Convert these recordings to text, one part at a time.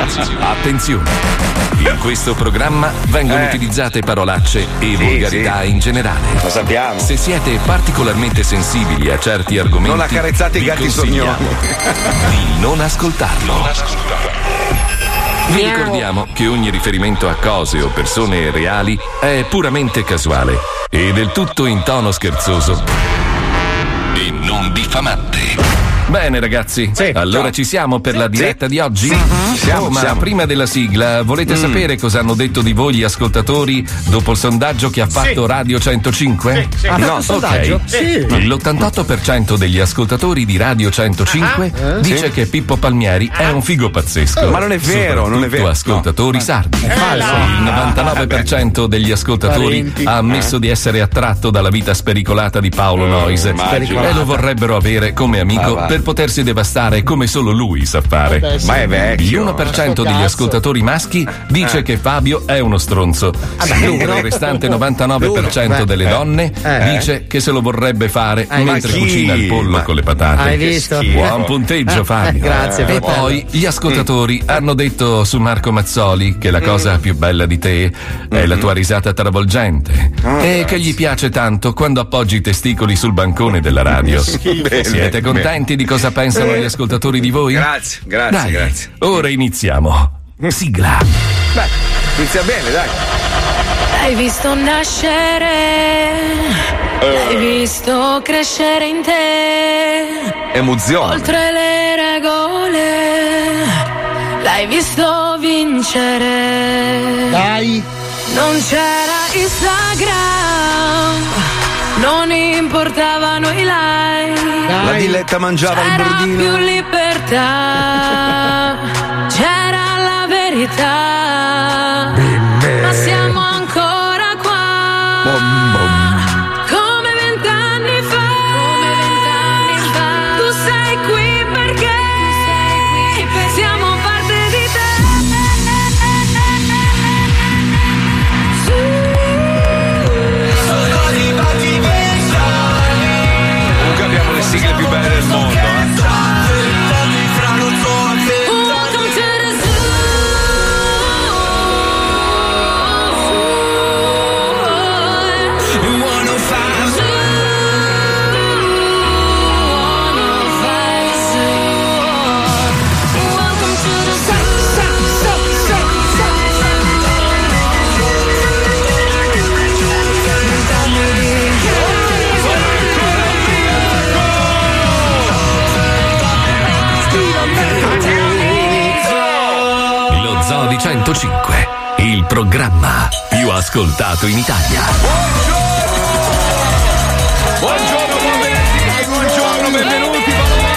Attenzione! In questo programma vengono utilizzate parolacce e volgarità in generale. Lo sappiamo. Se siete particolarmente sensibili a certi argomenti, non accarezzate i gatti sornioni. Di non ascoltarlo. Vi ricordiamo che ogni riferimento a cose o persone reali è puramente casuale e del tutto in tono scherzoso e non diffamante. Bene ragazzi, allora ci siamo per la diretta di oggi? Siamo. Prima della sigla, volete sapere cosa hanno detto di voi gli ascoltatori dopo il sondaggio che ha fatto Radio 105? No, sondaggio? Sì. L'88% degli ascoltatori di Radio 105 dice che Pippo Palmieri è un figo pazzesco. Ma non è vero, non è vero. Ascoltatori sardi. Il 99% degli ascoltatori ha ammesso di essere attratto dalla vita spericolata di Paolo Noise e lo vorrebbero avere come amico per potersi devastare come solo lui sa fare. Ma è vecchio. L'1% degli ascoltatori maschi dice che Fabio è uno stronzo, mentre il restante 99% delle donne dice che se lo vorrebbe fare mentre cucina il pollo con le patate. Hai visto? Buon punteggio Fabio. Grazie. E poi gli ascoltatori hanno detto su Marco Mazzoli che la cosa più bella di te è la tua risata travolgente e che gli piace tanto quando appoggi i testicoli sul bancone della radio. Siete contenti di cosa pensano gli ascoltatori di voi? Grazie. Dai, ora iniziamo. Sigla. Beh, inizia bene, dai. L'hai visto nascere, l'hai visto crescere in te, Emozione. oltre le regole, l'hai visto vincere. Dai. Non c'era Instagram, non importavano i like, La Diletta mangiava il c'era bordino. più libertà, c'era la verità, ma siamo ancora qua, come 20 anni fa. Tu sei qui perché siamo parte di te. Comunque abbiamo le sigle più belle del mondo, Welcome to the Lo Zoo di 105, il programma più ascoltato in Italia. Buongiorno, buon venerdì, buongiorno, benvenuti.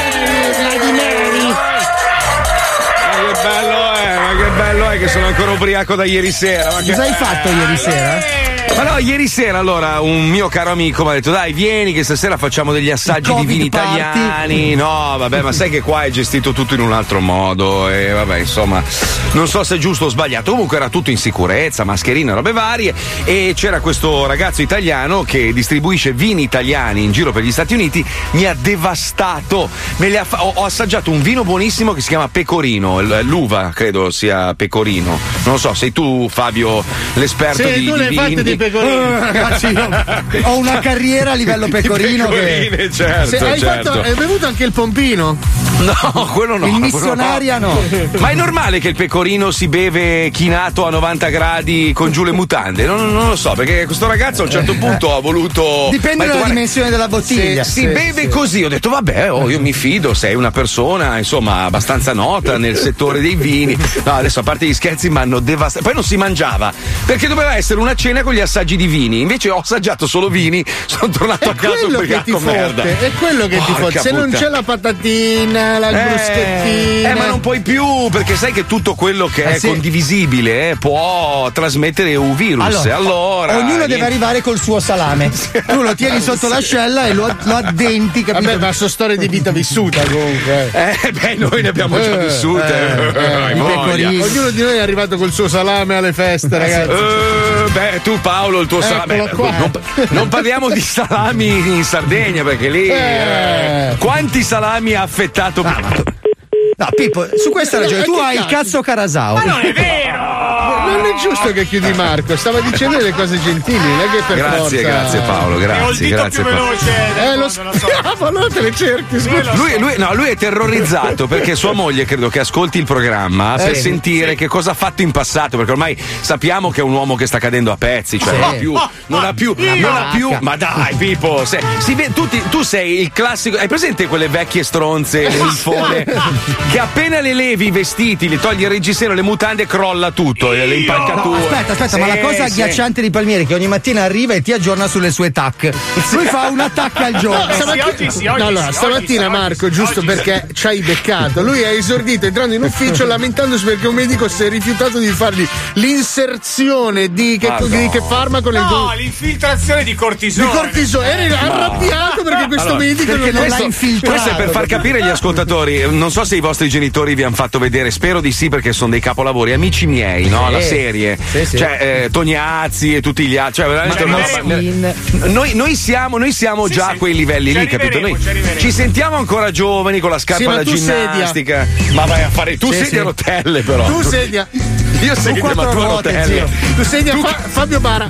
Che bello è che sono ancora ubriaco da ieri sera. Cosa hai fatto ieri sera? Ma no, ieri sera allora un mio caro amico mi ha detto dai vieni che stasera facciamo degli assaggi di vini italiani. No vabbè, ma sai che qua è gestito tutto in un altro modo e vabbè insomma non so se è giusto o sbagliato, comunque era tutto in sicurezza, mascherine, robe varie e c'era questo ragazzo italiano che distribuisce vini italiani in giro per gli Stati Uniti. Mi ha devastato, ho assaggiato un vino buonissimo che si chiama Pecorino, l'uva credo sia Pecorino, non lo so, sei tu Fabio l'esperto di tu le hai fatte di Pecorino. Ragazzi, io ho una carriera a livello Pecorino che... certo, hai bevuto anche il pompino? No, quello no. Il missionaria no. Ma è normale che il pecorino si beve chinato a 90 gradi con giù le mutande? Non lo so, perché questo ragazzo a un certo punto ha voluto... Dipende dalla dimensione della bottiglia. Si beve così, ho detto vabbè, io mi fido, sei una persona insomma abbastanza nota nel settore dei vini. No, adesso a parte gli scherzi mi hanno devastato. Poi non si mangiava, perché doveva essere una cena con gli assaggi di vini. Invece ho assaggiato solo vini, sono tornato a casa ubriaco merda. È quello che ti fotte. Se non c'è la patatina, la bruschettina. Ma non puoi più, perché sai che tutto quello che è condivisibile può trasmettere un virus. Allora ognuno deve arrivare col suo salame. Tu lo tieni sotto l'ascella e lo addenti, capito? Vabbè, ma sono storie di vita vissuta comunque. Noi ne abbiamo già vissute. Ognuno di noi è arrivato col suo salame alle feste, ragazzi. Tu Paolo il tuo salame. Non parliamo di salami in Sardegna, perché lì quanti salami ha affettato No, Pippo, su questa ragione, tu hai il cazzo Carasau. Ma non è vero! Non è giusto che chiudi Marco, stava dicendo delle cose gentili, non è che per forza. Grazie Paolo, grazie. Ho il dito grazie più veloce. Lo spiavo, allora te le cerchi. Lui è terrorizzato perché sua moglie credo che ascolti il programma per sentire che cosa ha fatto in passato, perché ormai sappiamo che è un uomo che sta cadendo a pezzi, cioè non ha più, ma dai Pippo, tu sei il classico, hai presente quelle vecchie stronze ninfone che appena le levi i vestiti, li togli il reggiseno, le mutande, crolla tutto, le impalcature. No, aspetta, ma la cosa agghiacciante di Palmieri è che ogni mattina arriva e ti aggiorna sulle sue tac. Lui fa una tac al giorno. Stamattina Marco, giusto perché ci hai beccato, lui è esordito entrando in ufficio lamentandosi perché un medico si è rifiutato di fargli l'inserzione di che farmaco l'infiltrazione di cortisone. Eri arrabbiato perché questo medico non l'ha infiltrato. Questo è per far capire agli ascoltatori, non so se i vostri genitori vi hanno fatto vedere, spero di sì perché sono dei capolavori, Amici miei, no? La serie, cioè Tognazzi e tutti gli altri, cioè veramente noi siamo già a quei livelli lì, capito? Noi ci sentiamo ancora giovani con la scarpa da ginnastica. Ma vai a fare tu sedia a rotelle, però. Tu sedia. Io sedia, ma tu a rotelle. Tu sedia Fabio Bara.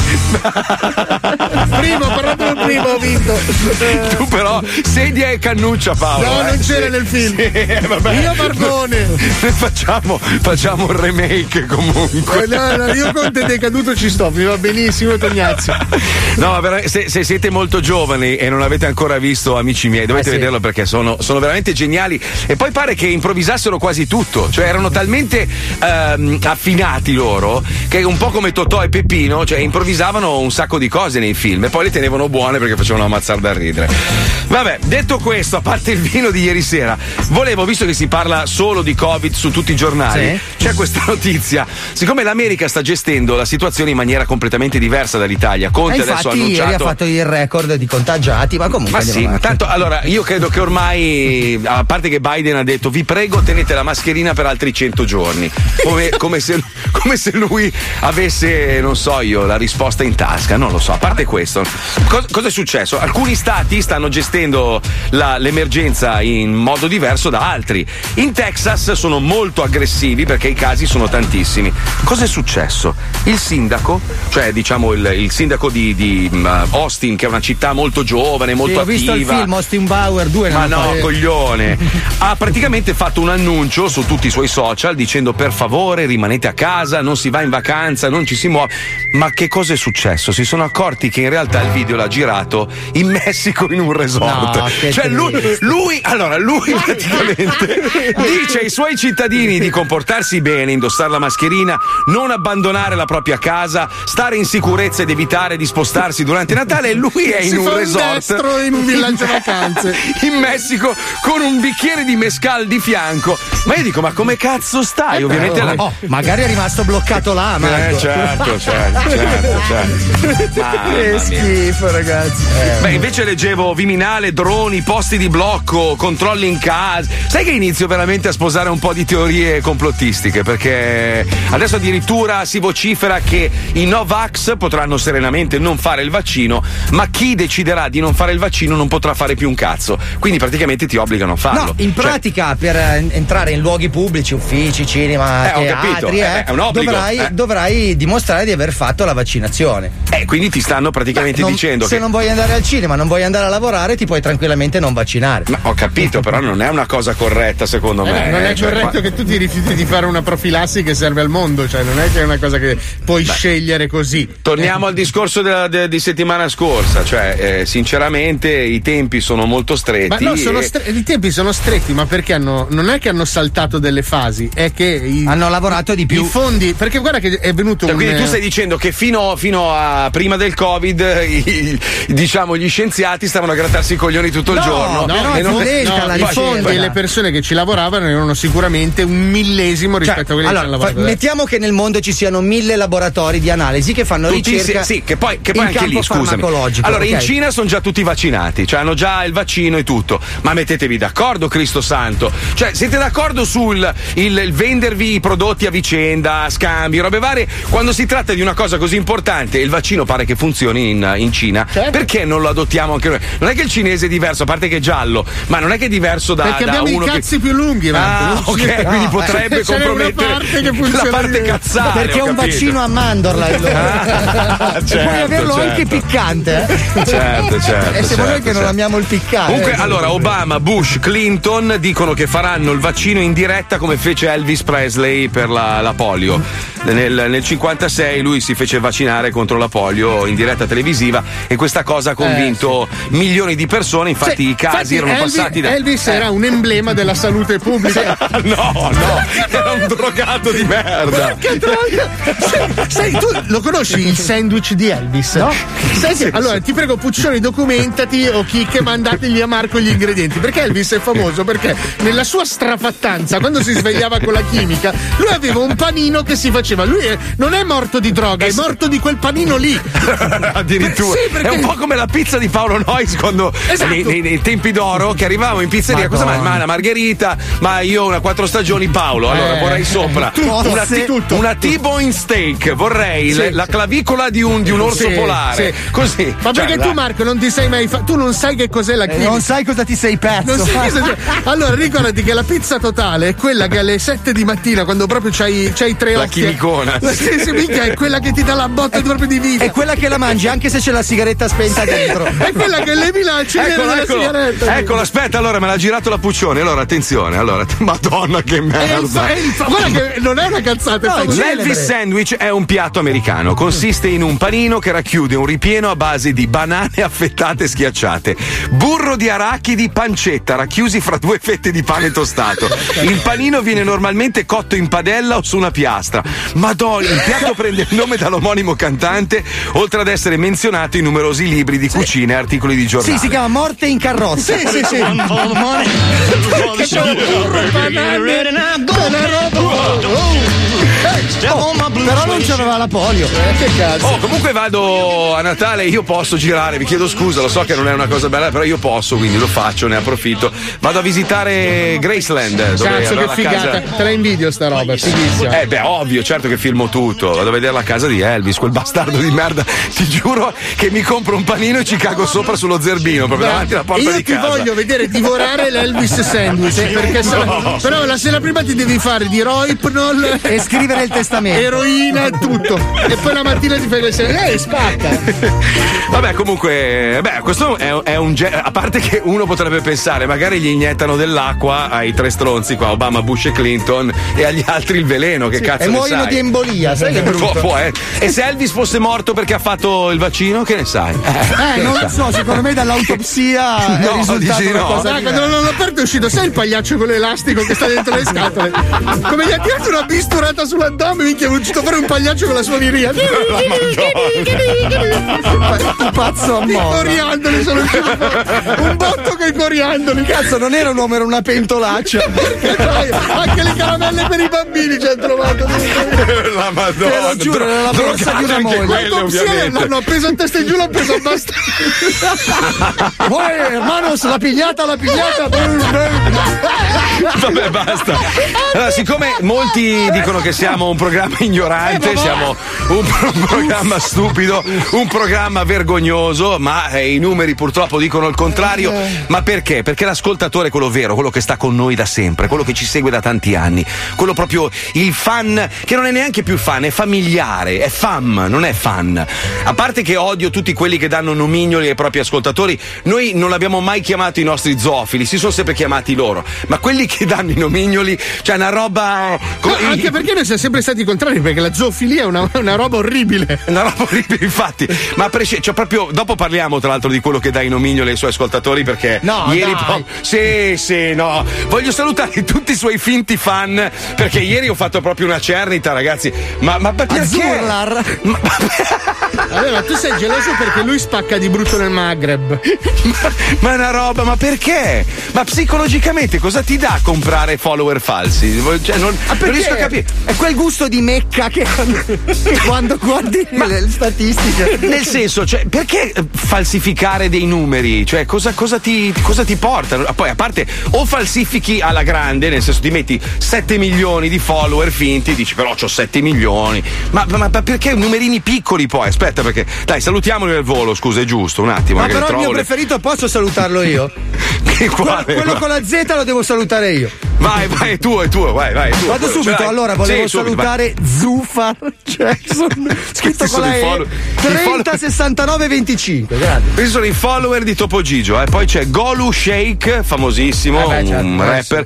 Primo ho vinto. Tu però sedia e cannuccia, Paolo. No, non c'era nel film. Io Barbone. Facciamo un remake comunque. No, io con Te Decaduto ci sto, mi va benissimo Tognazzi. No, ma se siete molto giovani e non avete ancora visto Amici miei, dovete vederlo perché sono veramente geniali. E poi pare che improvvisassero quasi tutto, cioè erano talmente affinati loro che un po' come Totò e Peppino, cioè improvvisavano un sacco di cose nei film e poi le tenevano buone perché facevano ammazzare da ridere. Vabbè, detto questo, a parte il vino di ieri sera, volevo, visto che si parla solo di Covid su tutti i giornali, c'è questa notizia. Siccome l'America sta gestendo la situazione in maniera completamente diversa dall'Italia, Conte adesso ha annunciato. Ieri ha fatto il record di contagiati, ma comunque. Ma sì, tanto allora io credo che ormai, a parte che Biden ha detto vi prego tenete la mascherina per altri 100 giorni, come se lui avesse, non so io, la risposta in tasca, non lo so. A parte questo, cosa è successo? Alcuni stati stanno gestendo l'emergenza in modo diverso da altri. In Texas sono molto aggressivi perché i casi sono tantissimi. Cosa è successo? Il sindaco, cioè diciamo il sindaco di Austin, che è una città molto giovane, molto attiva. Ho visto il film Austin Bauer 2. Ma no, coglione. Ha praticamente fatto un annuncio su tutti i suoi social dicendo per favore rimanete a casa, non si va in vacanza, non ci si muove. Ma che cosa è successo? Si sono accorti che in realtà il video l'ha girato in Messico in un resort. No, cioè lui praticamente dice ai suoi cittadini di comportarsi bene, indossare la mascherina, non abbandonare la propria casa, stare in sicurezza ed evitare di spostarsi durante Natale, e lui è in un resort in un villaggio vacanze in Messico con un bicchiere di mezcal di fianco. Ma io dico, ma come cazzo stai? Ovviamente magari è rimasto bloccato là, Marco. Certo. Che schifo, ragazzi. Beh, invece leggevo Viminale, droni, posti di blocco, controlli in casa. Sai che inizio veramente a sposare un po' di teorie complottistiche, perché adesso addirittura si vocifera che i Novax potranno serenamente non fare il vaccino, ma chi deciderà di non fare il vaccino non potrà fare più un cazzo. Quindi praticamente ti obbligano a farlo. No, in pratica per entrare in luoghi pubblici, uffici, cinema, teatri, è un obbligo. Dovrai dimostrare di aver fatto la vaccinazione. Quindi ti stanno praticamente dicendo se non vuoi andare al cinema, non vuoi andare a lavorare, ti puoi tranquillamente non vaccinare. Ma ho capito, però non è una cosa corretta secondo me. Non è corretto che tu ti rifiuti di fare una profilassi che serve al mondo, cioè non è che è una cosa che puoi scegliere così. Torniamo al discorso di settimana scorsa, cioè sinceramente i tempi sono molto stretti. Ma no, i tempi sono stretti, ma perché non è che hanno saltato delle fasi, è che hanno lavorato di più. I fondi, perché guarda che è venuto quindi tu stai dicendo che fino a prima del Covid gli scienziati stavano a grattarsi i coglioni tutto il giorno. I fondi e le persone che ci lavoravano erano sicuramente un millesimo rispetto a quelli che hanno lavorato. Mettiamo che nel mondo ci siano 1000 laboratori di analisi che fanno ricerca. Sì, che poi in anche lì, scusami. Allora, in Cina sono già tutti vaccinati, cioè hanno già il vaccino e tutto. Ma mettetevi d'accordo, Cristo Santo. Cioè, siete d'accordo sul il vendervi i prodotti a vicenda, scambi, robe varie? Quando si tratta di una cosa così importante, il vaccino pare che funzioni in Cina. Certo. Perché non lo adottiamo anche noi? Non è che il cinese è diverso, a parte che è giallo, ma non è che è diverso da perché abbiamo uno i cazzi che... più lunghi, ok, quindi potrebbe compromettere la parte cazzale. Perché è un vaccino a mandorla. Certo, puoi averlo anche piccante. Certo. E siamo noi che non amiamo il piccante. Comunque, allora, Obama, Bush, Clinton dicono che faranno il vaccino in diretta come fece Elvis Presley per la polio. Nel 56 lui si fece vaccinare contro la polio in diretta televisiva e questa cosa ha convinto milioni di persone. Infatti i casi erano passati da... Elvis era un emblema della salute pubblica. No, era un drogato di merda. Che droga! Sai, tu lo conosci il sandwich di Elvis? No? Allora, ti prego, Puccioni, documentati o che mandategli a Marco gli ingredienti. Perché Elvis è famoso? Perché nella sua strafattanza, quando si svegliava con la chimica, lui aveva un panino che si faceva. Lui non è morto di droga, è morto di quel panino lì. Addirittura. Sì, perché... È un po' come la pizza di Paolo Noyes quando nei tempi d'oro che arrivavamo in pizzeria. Cosa mai? Ma una margherita, ma io una 4 stagioni Paolo. Allora vorrei sopra una T-bone steak, vorrei la clavicola di un orso polare. Sì. Così. Ma perché tu, Marco, non ti sei mai tu non sai che cos'è la chimica. Non sai cosa ti sei perso. Non sai allora ricordati che la pizza totale è quella che alle 7 di mattina, quando proprio c'hai 3 occhi. La chimicona. Sì, minchia, è quella che ti dà la botta proprio di vita. È quella che la mangi anche se c'è la sigaretta spenta dentro. È quella che levi la della sigaretta. Eccolo, aspetta, allora me l'ha girato la Puccione. Allora, attenzione, Madonna che merda. Guarda che non è una cazzata. L'Elvis sandwich è un piatto americano. Consiste in un panino che racchiude un ripieno a base di banane affettate e schiacciate, burro di arachidi, pancetta racchiusi fra 2 fette di pane tostato. Il panino viene normalmente cotto in padella o su una piastra. Madonna, il piatto prende il nome dall'omonimo cantante, oltre ad essere menzionato in numerosi libri di cucina e articoli di giornale. Sì, si chiama Morte in carrozza. Sì. Però non c'aveva la polio. Che cazzo. Comunque vado a Natale, io posso girare, vi chiedo scusa, lo so che non è una cosa bella, però io posso, quindi lo faccio, ne approfitto. Vado a visitare Graceland. Cazzo, che figata. Te la invidio sta roba, è fighissima. Ovvio, certo che filmo tutto. Vado a vedere la casa di Elvis, quel bastardo di merda. Ti giuro che mi compro un panino e ci cago sopra sullo zerbino, proprio davanti alla porta di casa. Io ti voglio vedere divorare l'Elvis sandwich, perché però la sera prima ti devi fare di Rohypnol e scrivere il testamento, eroina e tutto, e poi la mattina ti fai le sere spacca. Vabbè, comunque, questo è un a parte che uno potrebbe pensare magari gli iniettano dell'acqua ai 3 stronzi qua, Obama, Bush e Clinton, e agli altri il veleno, che cazzo e ne muoiono sai? di embolia, sai che brutto. E se Elvis fosse morto perché ha fatto il vaccino, che ne sai? Non lo so, secondo me dall'autopsia è risultato una cosa diversa. Quando non l'ho aperto è uscito, sai il pagliaccio con l'elastico che sta dentro le scatole? Come gli ha tirato una bisturata sull'addome, minchia, è uscito fuori un pagliaccio con la suoneria. Un pazzo a moda. I coriandoli sono usciti fuori. Un botto con i coriandoli. Cazzo, non era un uomo, era una pentolaccia. Anche le caramelle per i bambini ci hanno trovato. La Madonna. Te lo giuro, era la borsa di una moglie. L'hanno appeso a testa in giù, l'ho preso abbastanza. Hermanos, la pigliata. Vabbè, basta. Allora, siccome molti dicono che siamo un programma ignorante, siamo un programma stupido, un programma vergognoso, ma i numeri purtroppo dicono il contrario. Ma perché? Perché l'ascoltatore, quello vero, quello che sta con noi da sempre, quello che ci segue da tanti anni, quello proprio il fan, che non è neanche più fan, è familiare, è fam, non è fan. A parte che odio tutti quelli che danno nomignoli ai propri ascoltatori, noi non l'abbiamo mai chiamato i nostri zoofili, si sono sempre chiamati loro, ma quelli che danno i nomignoli, cioè una roba... anche perché noi siamo sempre stati contrari, perché la zoofilia è una roba orribile. Una roba orribile, infatti. Ma cioè proprio dopo parliamo tra l'altro di quello che dà i nomignoli ai suoi ascoltatori, perché ieri no. Voglio salutare tutti i suoi finti fan, perché ieri ho fatto proprio una cernita, ragazzi. Ma perché? Vabbè, ma tu sei geloso perché lui spacca di brutto nel Maghreb. Ma è una roba, ma perché? Ma psicologicamente cosa ti dà comprare follower falsi? Cioè, non riesco a capire. È quel gusto di Mecca che quando guardi le statistiche. Nel senso, cioè, perché falsificare dei numeri? Cioè, cosa ti porta? Poi, a parte, o falsifichi alla grande, nel senso ti metti 7 milioni di follower finti, dici però c'ho 7 milioni. Ma perché numerini piccoli poi? Aspetta, perché. Dai, salutiamoli al volo, scusa, è giusto, un attimo. Ma però il mio preferito posso salutarlo io? Quello con la Z lo devo salutare io. Vai, è tuo, vai. Vado subito, allora volevo salutare Zufar Jackson, scritto con la E, 306925, grazie. Questi sono i follower di Topo Gigio, poi c'è Golu Sheikh, famosissimo, un rapper,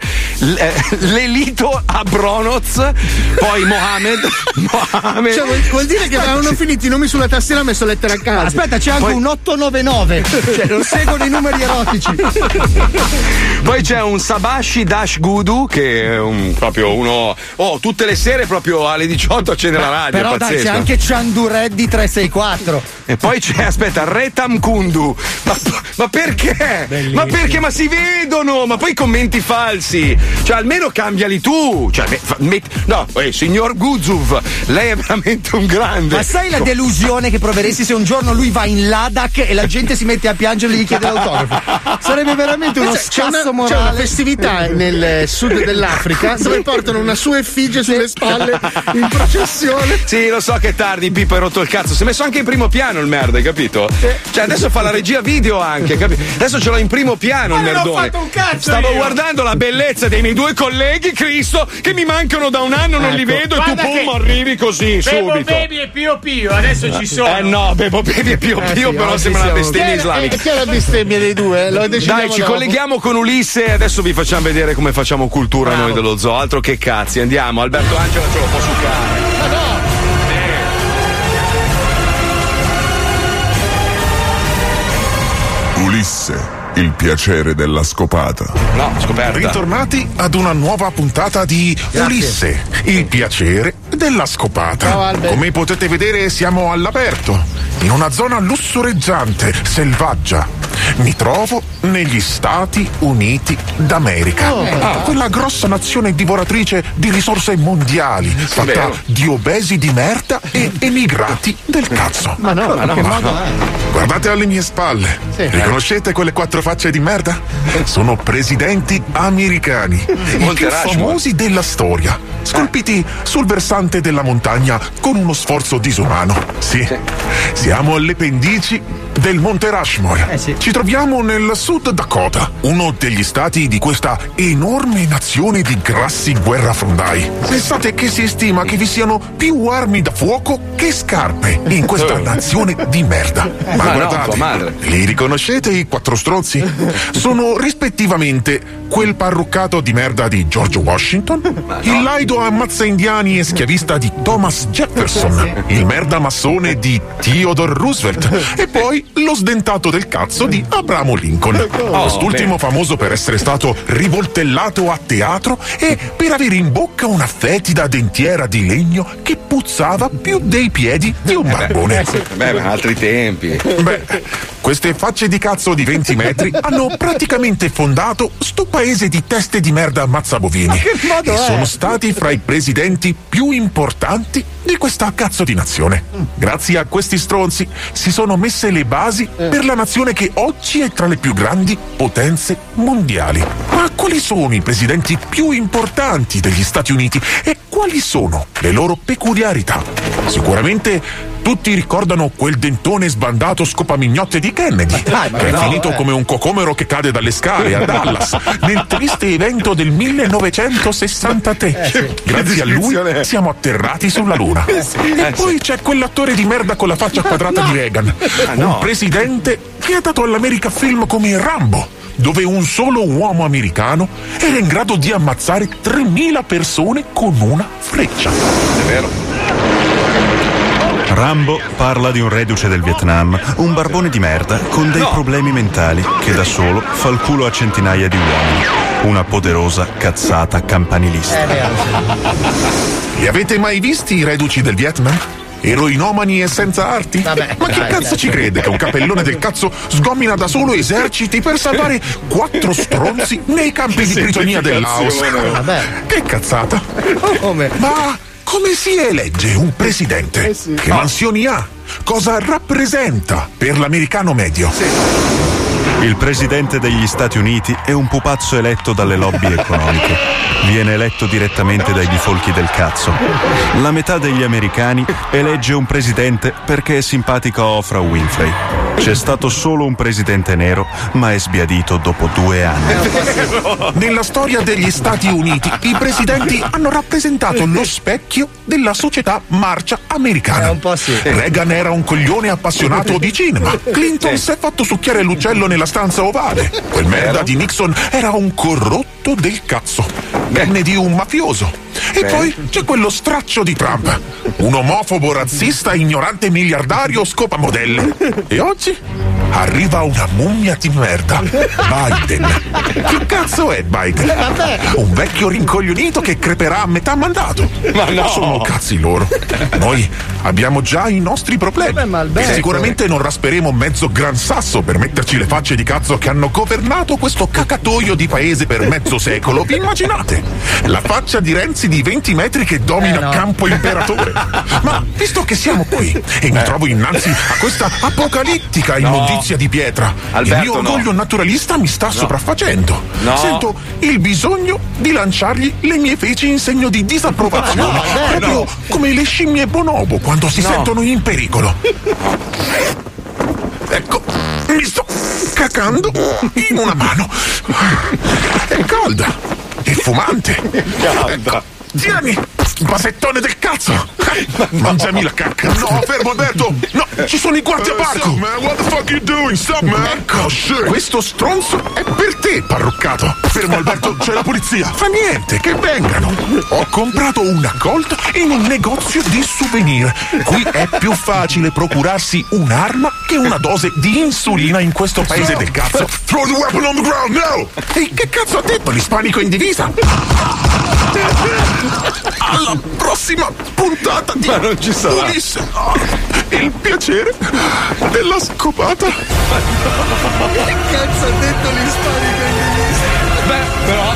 Lelito Abronoz, poi Mohamed. Cioè, vuol dire che avevano finito i nomi sulla tastiera e ha messo lettere a caso. Aspetta, c'è anche un 899, cioè non seguono i numeri erotici. Poi c'è un Sabashi Dash Gudu, che è proprio uno. Tutte le sere proprio alle 18 accende la radio. Però dai, c'è anche Chandureddi 364. E poi c'è, Retam Kundu. Ma perché? Bellissimo. Ma perché? Ma si vedono! Ma poi commenti falsi. Cioè, almeno cambiali tu. Cioè, signor Guzuv, lei è veramente un grande. Ma sai la delusione che proveresti se un giorno lui va in Ladakh e la gente si mette a piangere e gli chiede l'autografo? Sarebbe veramente uno scasso morale. C'è una festività nel sud dell'Africa dove portano una sua effigie sulle spalle in processione. Sì, lo so che è tardi, Pippo, hai rotto il cazzo. Si è messo anche in primo piano il merda, hai capito? Cioè, adesso fa la regia video anche, capito? Adesso ce l'ho in primo piano il merdone. Non ho fatto un cazzo. Stavo guardando la bellezza dei miei due colleghi, Cristo, che mi mancano da un anno, non li vedo, e tu arrivi così subito. Bebo Baby e Pio Pio, adesso ci sono. No, Bebo Baby e Pio Pio, però sembra una bestemmia islamica. Chi è la bestemmia dei due? Dai, ci colleghiamo con Ulisse e adesso vi facciamo vedere come facciamo cultura noi dello zoo. Altro che cazzi, andiamo. Alberto Angela ce lo può succare. Ma no! Ulisse, il piacere della scopata. No, scoperta. Ritornati ad una nuova puntata di Ulisse, il piacere della scopata. Come potete vedere siamo all'aperto, in una zona lussureggiante, selvaggia. Mi trovo negli Stati Uniti d'America, quella grossa nazione divoratrice di risorse mondiali, fatta di obesi di merda e emigrati del cazzo. Ma no, che modo è? Guardate alle mie spalle, riconoscete quelle 4 facce di merda? Sono presidenti americani, i più famosi della storia, scolpiti sul versante della montagna con uno sforzo disumano. Sì, siamo alle pendici del Monte Rushmore. Ci troviamo nel Sud Dakota, uno degli stati di questa enorme nazione di grassi guerrafondai. Pensate che si stima che vi siano più armi da fuoco che scarpe in questa nazione di merda. Ma guardate, li riconoscete i 4 stronzi? Sono rispettivamente quel parruccato di merda di George Washington, il laido ammazza indiani e schiavista di Thomas Jefferson, il merda massone di Theodore Roosevelt e poi lo sdentato del cazzo di Abramo Lincoln. Quest'ultimo famoso per essere stato rivoltellato a teatro e per avere in bocca una fetida dentiera di legno che puzzava più dei piedi di un barbone. Altri tempi. Queste facce di cazzo di 20 metri hanno praticamente fondato sto paese di teste di merda ammazzabovini e sono stati fra i presidenti più importanti di questa cazzo di nazione. Grazie a questi stronzi si sono messe le basi per la nazione che oggi è tra le più grandi potenze mondiali. Ma quali sono i presidenti più importanti degli Stati Uniti e quali sono le loro peculiarità? Sicuramente tutti ricordano quel dentone sbandato scopamignotte di Kennedy, che è finito come un cocomero che cade dalle scale a Dallas nel triste evento del 1963. Grazie a lui siamo atterrati sulla Luna. E poi c'è quell'attore di merda con la faccia quadrata di Reagan, un presidente che ha dato all'America film come Rambo, dove un solo uomo americano era in grado di ammazzare 3.000 persone con una freccia. È vero. Rambo parla di un reduce del Vietnam, un barbone di merda con dei problemi mentali che da solo fa il culo a centinaia di uomini. Una poderosa cazzata campanilista. Li avete mai visti i reduci del Vietnam? eroinomani e senza arti? Vabbè, ma chi cazzo ci crede che un capellone del cazzo sgomina da solo eserciti per salvare 4 stronzi nei campi di prigionia del Laos? Che cazzata! Ma come si elegge un presidente? Che mansioni ha? Cosa rappresenta per l'americano medio? Il presidente degli Stati Uniti è un pupazzo eletto dalle lobby economiche. Viene eletto direttamente dai bifolchi del cazzo. La metà degli americani elegge un presidente perché è simpatico a Oprah Winfrey. C'è stato solo un presidente nero, ma è sbiadito dopo 2 anni. Nella storia degli Stati Uniti, i presidenti hanno rappresentato lo specchio della società marcia americana. Un po' sì. Reagan era un coglione appassionato di cinema. Clinton si è fatto succhiare l'uccello nella stanza ovale. Quel merda di Nixon era un corrotto del cazzo. Kennedy un mafioso. E poi c'è quello straccio di Trump, un omofobo, razzista, ignorante miliardario scopamodelle. E oggi arriva una mummia di merda, Biden. Che cazzo è Biden? Un vecchio rincoglionito che creperà a metà mandato. Ma no, sono cazzi loro. Noi abbiamo già i nostri problemi. E sicuramente non rasperemo mezzo gran sasso per metterci le facce di cazzo che hanno governato questo cacatoio di paese per mezzo secolo. Vi immaginate? La faccia di Renzi di 20 metri che domina Campo Imperatore. Ma visto che siamo qui e mi trovo innanzi a questa apocalittica immondizia di pietra, il mio orgoglio naturalista mi sta sopraffacendo. Sento il bisogno di lanciargli le mie feci in segno di disapprovazione, proprio come le scimmie bonobo quando si sentono in pericolo. Ecco, mi sto cacando in una mano. È calda, è fumante. Ecco. Tieni, basettone del cazzo! Mangiami la cacca! No, fermo Alberto! No, ci sono i guardi a parco! Stop, man! What the fuck you doing? Stop, man! Ecco, questo stronzo è per te, parruccato! Fermo Alberto, c'è la polizia! Fa niente, che vengano! Ho comprato una Colt in un negozio di souvenir. Qui è più facile procurarsi un'arma che una dose di insulina in questo paese del cazzo. Throw the weapon on the ground, now! E che cazzo ha detto l'ispanico in divisa? Alla prossima puntata di Ulisse, il piacere della scopata. Che cazzo ha detto l'ispanico in divisa? Beh, però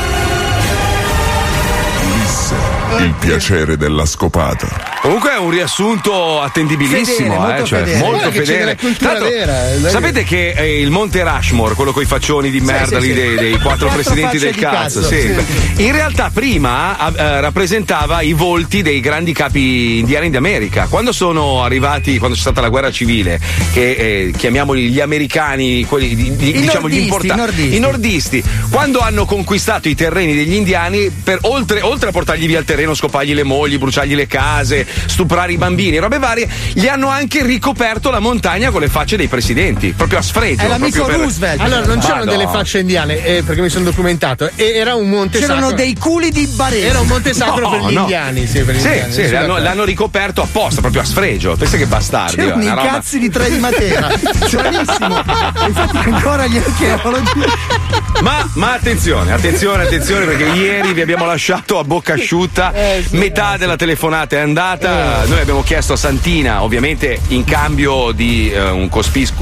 il piacere della scopata. Comunque è un riassunto attendibilissimo, molto fedele. Tanto, sapete che il Monte Rushmore, quello coi faccioni di merda lì dei 4 presidenti del cazzo, in realtà prima rappresentava i volti dei grandi capi indiani d'America. Quando sono arrivati, quando c'è stata la guerra civile, che chiamiamoli gli americani, quelli diciamo gli importanti, i nordisti, quando hanno conquistato i terreni degli indiani, oltre a portargli via il terreno, scopargli le mogli, bruciargli le case, stuprare i bambini, robe varie, gli hanno anche ricoperto la montagna con le facce dei presidenti, proprio a sfregio. È l'amico Roosevelt. Allora, non c'erano delle facce indiane, perché mi sono documentato, e era un monte sacro. C'erano dei culi di Barese. Era un monte sacro per gli indiani. Sì, l'hanno ricoperto apposta, proprio a sfregio. Pensa che bastardi. C'erano i cazzi di Tre di Matera. Buonissimo. Infatti ancora gli archeologi. Ma attenzione, perché ieri vi abbiamo lasciato a bocca asciutta. Metà della telefonata è andata. Noi abbiamo chiesto a Santina, ovviamente in cambio di un cospicquo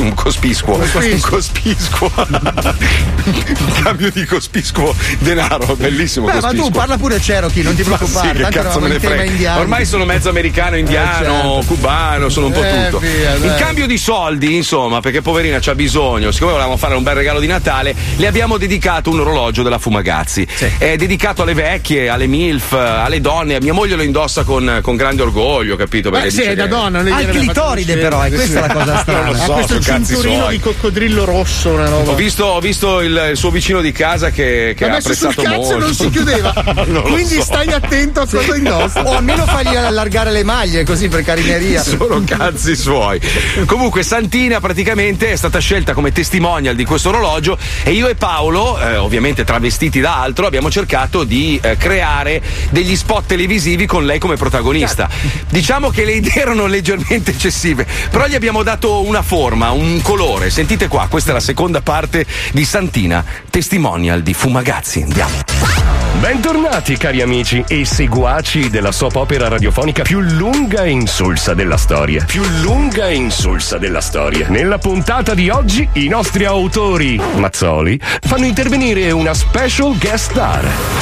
in cambio di cospicquo denaro, bellissimo. Ma tu parla pure Cherokee, non ti preoccupare. Che cazzo me ne frega. Ormai sono mezzo americano, indiano, cubano, sono un po' tutto. In cambio di soldi, insomma, perché poverina c'ha bisogno, siccome volevamo fare un bel regalo di Natale, le abbiamo dedicato un orologio della Fumagazzi. È dedicato alle vecchie, alle MILF, alle donne. Mia moglie lo indossa con grande orgoglio, capito? Perché dice da donna. Al clitoride, però, è questa la cosa strana. Non lo so, questo cinturino di coccodrillo rosso, una roba. Ho visto il suo vicino di casa che ha apprezzato molto. Cazzo non si chiudeva. Quindi stai attento a cosa indossa. O almeno fagli allargare le maglie così per carineria. Sono cazzi suoi. Comunque Santina praticamente è stata scelta come testimonial di questo orologio e io e Paolo, ovviamente travestiti da altro, abbiamo cercato di creare degli spot televisivi con lei come protagonista. Diciamo che le idee erano leggermente eccessive, però gli abbiamo dato una forma, un colore. Sentite qua, questa è la seconda parte di Santina, testimonial di Fumagazzi. Andiamo. Bentornati cari amici e seguaci della soap opera radiofonica più lunga e insulsa della storia. Più lunga e insulsa della storia. Nella puntata di oggi i nostri autori Mazzoli fanno intervenire una special guest star.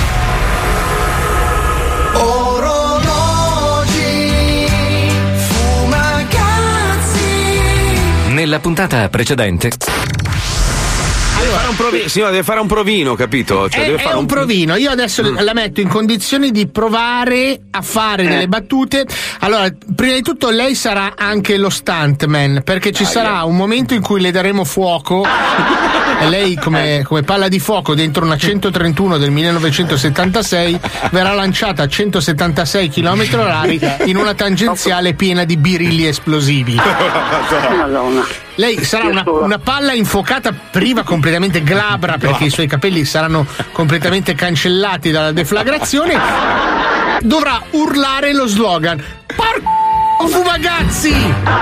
Orologi, fumagazzi. Nella puntata precedente. Signora, deve fare un provino, capito? Cioè, deve fare un provino. Io adesso la metto in condizioni di provare a fare delle battute. Allora, prima di tutto lei sarà anche lo stuntman, perché ci sarà un momento in cui le daremo fuoco e lei come palla di fuoco dentro una 131 del 1976 verrà lanciata a 176 km/h in una tangenziale piena di birilli esplosivi. Madonna. Lei sarà una palla infuocata priva completamente glabra, perché i suoi capelli saranno completamente cancellati dalla deflagrazione. Dovrà urlare lo slogan: porco fumagazzi!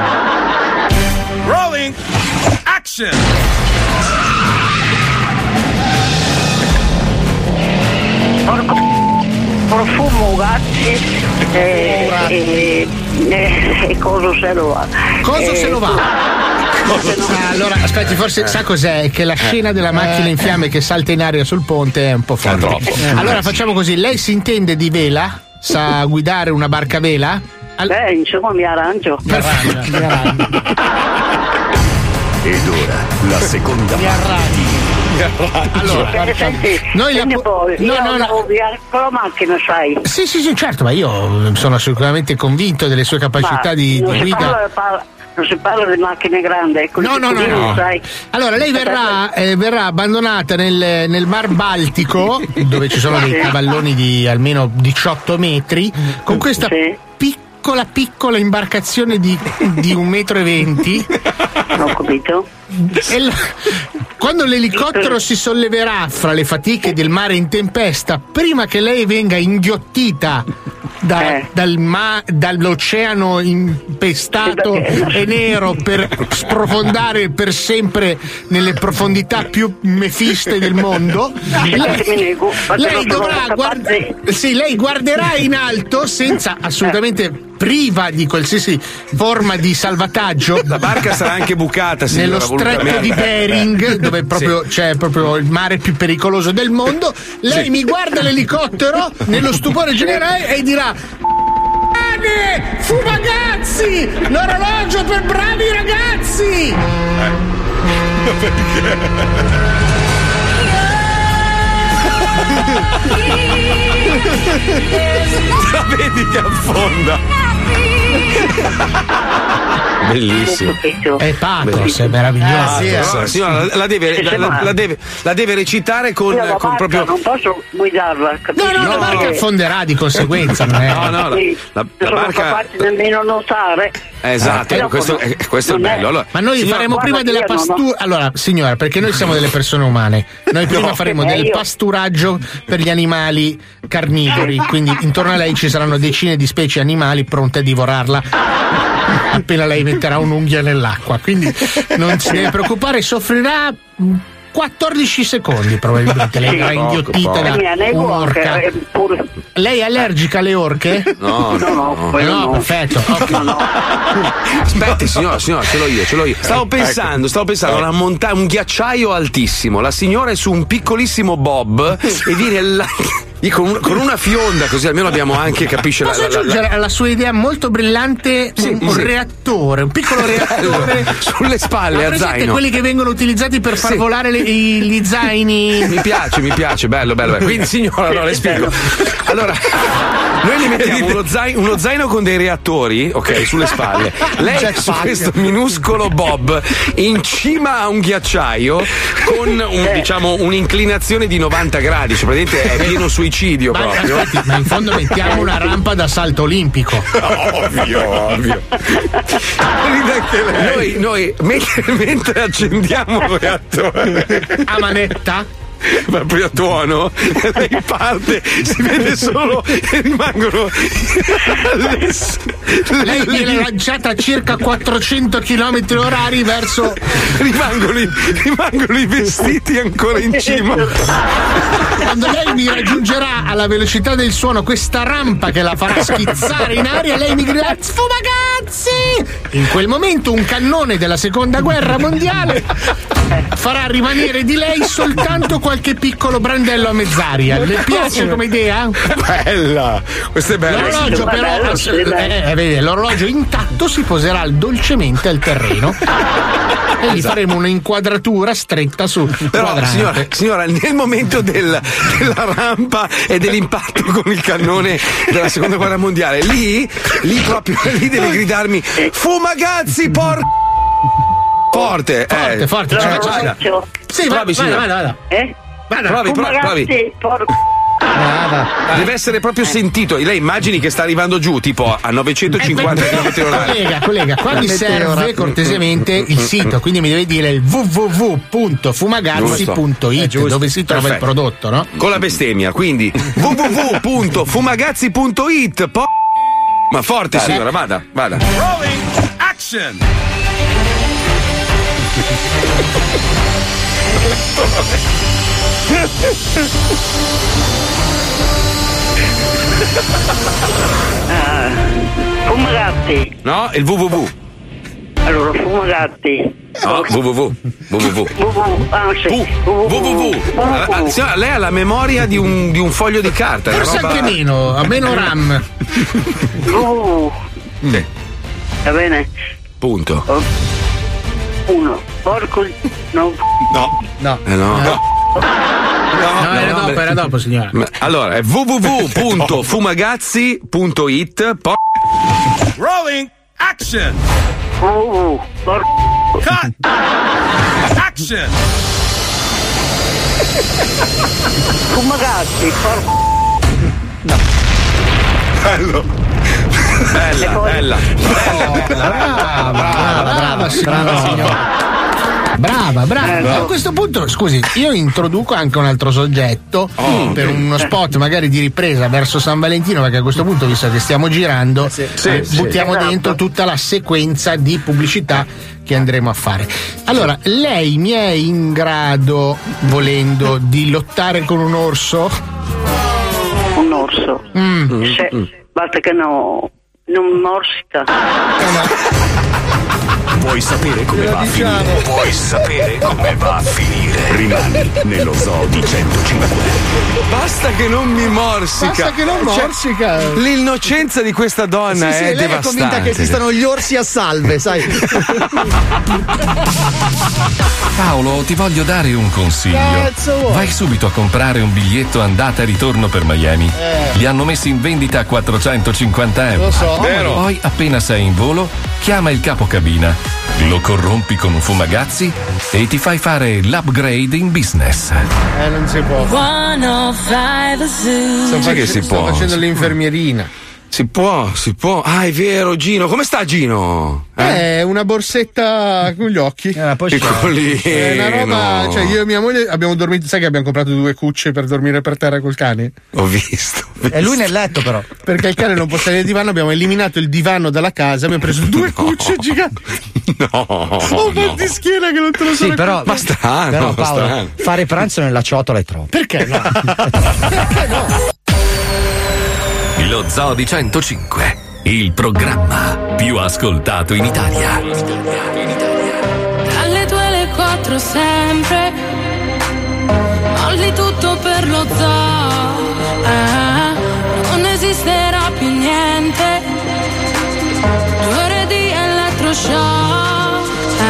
Rolling action! Profumo gazzi e cosa se lo va? Cosa se lo va? Allora, aspetti, forse sa cos'è? Che la scena della macchina in fiamme che salta in aria sul ponte è un po' forte. Allora facciamo così: lei si intende di vela? Sa guidare una barca a vela? Insomma, mi arrangio. Mi arrangio. Ed ora la seconda parte. Allora, senti, noi no, con la macchina, sai? Sì, certo, ma io sono assolutamente convinto delle sue capacità di guida. Non si parla di macchine grandi, no. Sai. Allora lei verrà abbandonata nel Mar Baltico, dove ci sono dei cavalloni di almeno 18 metri, con questa piccola imbarcazione di 1,20 metri. Ho capito. Quando l'elicottero si solleverà fra le fatiche del mare in tempesta, prima che lei venga inghiottita dall'oceano impestato e nero per sprofondare per sempre nelle profondità più mefiste del mondo, lei guarderà in alto senza assolutamente priva di qualsiasi forma di salvataggio. La barca sarà anche bucata, nello stretto di Bering, dove c'è proprio il mare più pericoloso del mondo. Lei mi guarda l'elicottero nello stupore generale e dirà: fumagazzi, l'orologio per bravi ragazzi. La vedi che affonda. Bellissimo. È pathos, è meraviglioso. Signora, la deve recitare con proprio. Non posso guidarla. No, la barca affonderà di conseguenza. Non è... la barca capace nemmeno nuotare. Esatto, questo è bello. Allora, ma noi faremo prima della pastura. Allora, signora, perché noi siamo delle persone umane, noi prima faremo del pasturaggio per gli animali carnivori, quindi intorno a lei ci saranno decine di specie animali pronte a divorarla appena lei metterà un'unghia nell'acqua, quindi non si deve preoccupare, soffrirà 14 secondi probabilmente. Lei verrà inghiottita da un'orca. Lei è allergica alle orche? No, perfetto. Okay. Aspetti, signora, ce l'ho io. Stavo pensando un ghiacciaio altissimo, la signora è su un piccolissimo bob e viene con una fionda, così almeno abbiamo anche, capisce? Posso aggiungere alla sua idea molto brillante un reattore, un piccolo reattore sulle spalle a zaino. Quelli che vengono utilizzati per far volare gli zaini. Mi piace, bello. Quindi signora, le spiego. Allora, noi gli mettiamo uno zaino con dei reattori, ok, sulle spalle. Lei su questo minuscolo bob in cima a un ghiacciaio con un'inclinazione di 90 gradi, cioè praticamente è pieno suicidio proprio. Aspetti, ma in fondo mettiamo una rampa da salto olimpico. Ovvio. Noi mentre accendiamo il reattore a manetta proprio a tuono, lei parte, si vede solo e rimangono lei viene lanciata a circa 400 km orari verso rimangono i vestiti ancora in cima. Quando lei mi raggiungerà alla velocità del suono, questa rampa che la farà schizzare in aria, lei mi griderà sfumagazzi. In quel momento un cannone della seconda guerra mondiale farà rimanere di lei soltanto qualche piccolo brandello a mezz'aria. Le piace come idea? Bella, questa è bella. L'orologio però vede, l'orologio intatto si poserà dolcemente al terreno e gli faremo un'inquadratura stretta sul quadrante. Signora, nel momento della rampa e dell'impatto con il cannone della seconda guerra mondiale, lì deve gridarmi fumagazzi forte. Forte. Sì, vada. Provi. Deve essere proprio sentito. Lei immagini che sta arrivando giù tipo a 950 km/h. Collega, qua mi serve cortesemente il sito, quindi mi deve dire il www.fumagazzi.it dove si trova il prodotto, no? Con la bestemmia, quindi www.fumagazzi.it. Ma forte, signora, vada. Rolling action. Fumagazzi. No, il www. Allora, Fumagazzi. No, www. Signora, lei ha la memoria di un foglio di carta. Forse anche meno, a meno RAM. Sì. Va bene. Punto. Uno. Porco. No. Era dopo, signora. Allora, è www.fumagazzi.it. Rolling action. Cut. Action. Fumagazzi. Bello. Bella. Brava signora. Brava. A questo punto, scusi, io introduco anche un altro soggetto per uno spot magari di ripresa verso San Valentino, perché a questo punto, visto che stiamo girando, buttiamo dentro tutta la sequenza di pubblicità che andremo a fare. Allora, lei mi è in grado, volendo, di lottare con un orso? Un orso? Basta che non morsica. Vuoi sapere come va a finire? Vuoi sapere come va a finire? Rimani nello Zoo di 105. Basta che non mi morsica. L'innocenza di questa donna è devastante. Lei è convinta che esistano gli orsi a salve, sai? Paolo, ti voglio dare un consiglio. Vai subito a comprare un biglietto andata e ritorno per Miami. Li hanno messi in vendita a €450. Lo so. Vero. Poi, appena sei in volo, chiama il capocabina, lo corrompi con un fumagazzi e ti fai fare l'upgrade in business. Non si può. Sto facendo l'infermierina. Si può. Ah, è vero, Gino. Come sta Gino? Una borsetta con gli occhi. Piccolino. È una roba. Cioè, io e mia moglie abbiamo dormito. Sai che abbiamo comprato 2 cucce per dormire per terra col cane? Ho visto. E lui nel letto, però. Perché il cane non può stare nel divano, abbiamo eliminato il divano dalla casa, abbiamo preso 2 cucce giganti. Ho mal di schiena che non te lo so. Sì, però. Ma strano. Però, Paolo, strano. fare pranzo nella ciotola è troppo. Perché no? Lo Zoo di 105, il programma più ascoltato in Italia. Dalle 2 alle 4 sempre, molli tutto per lo zoo. Non esisterà più niente, 2 ore di elettroshock.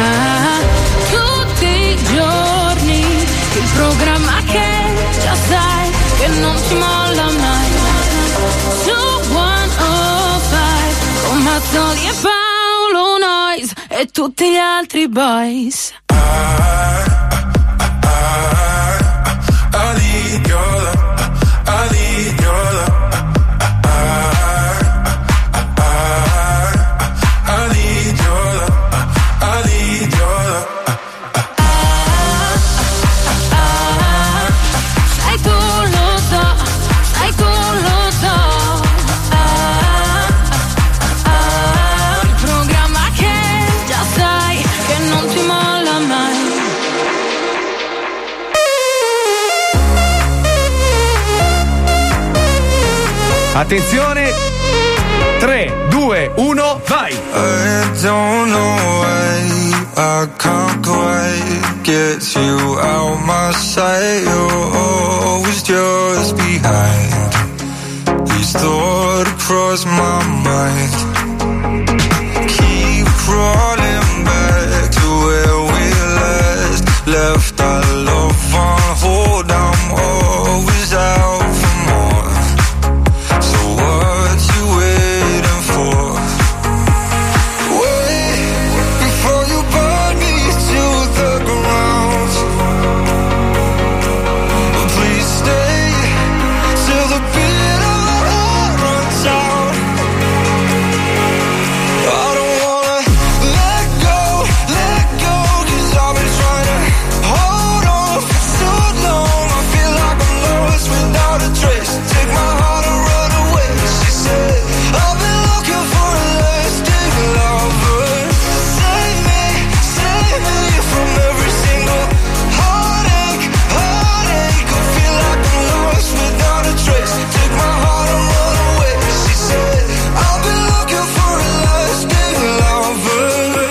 Tutti i giorni, il programma che già sai che non ti molla mai. Su 105 con Mazzoli e Paolo Noyes e tutti gli altri boys. Attenzione. 3, 2, 1, vai! I don't know why I can't quite get you out my sight. You're always just behind. These thoughts cross my mind. Keep crawling back to where we left our love on hold. I'm always out for more. So what you waiting for? Wait before you burn me to the ground. Please stay till the beat of my heart runs out. I don't wanna let go, 'cause I've been trying to hold on for so long. I feel like I'm lost without a trace. Take my heart and run away. She said, I've been looking for a lasting lover. Save me from every single heartache. I feel like I'm lost without a trace. Take my heart and run away. She said, I've been looking for a lasting lover.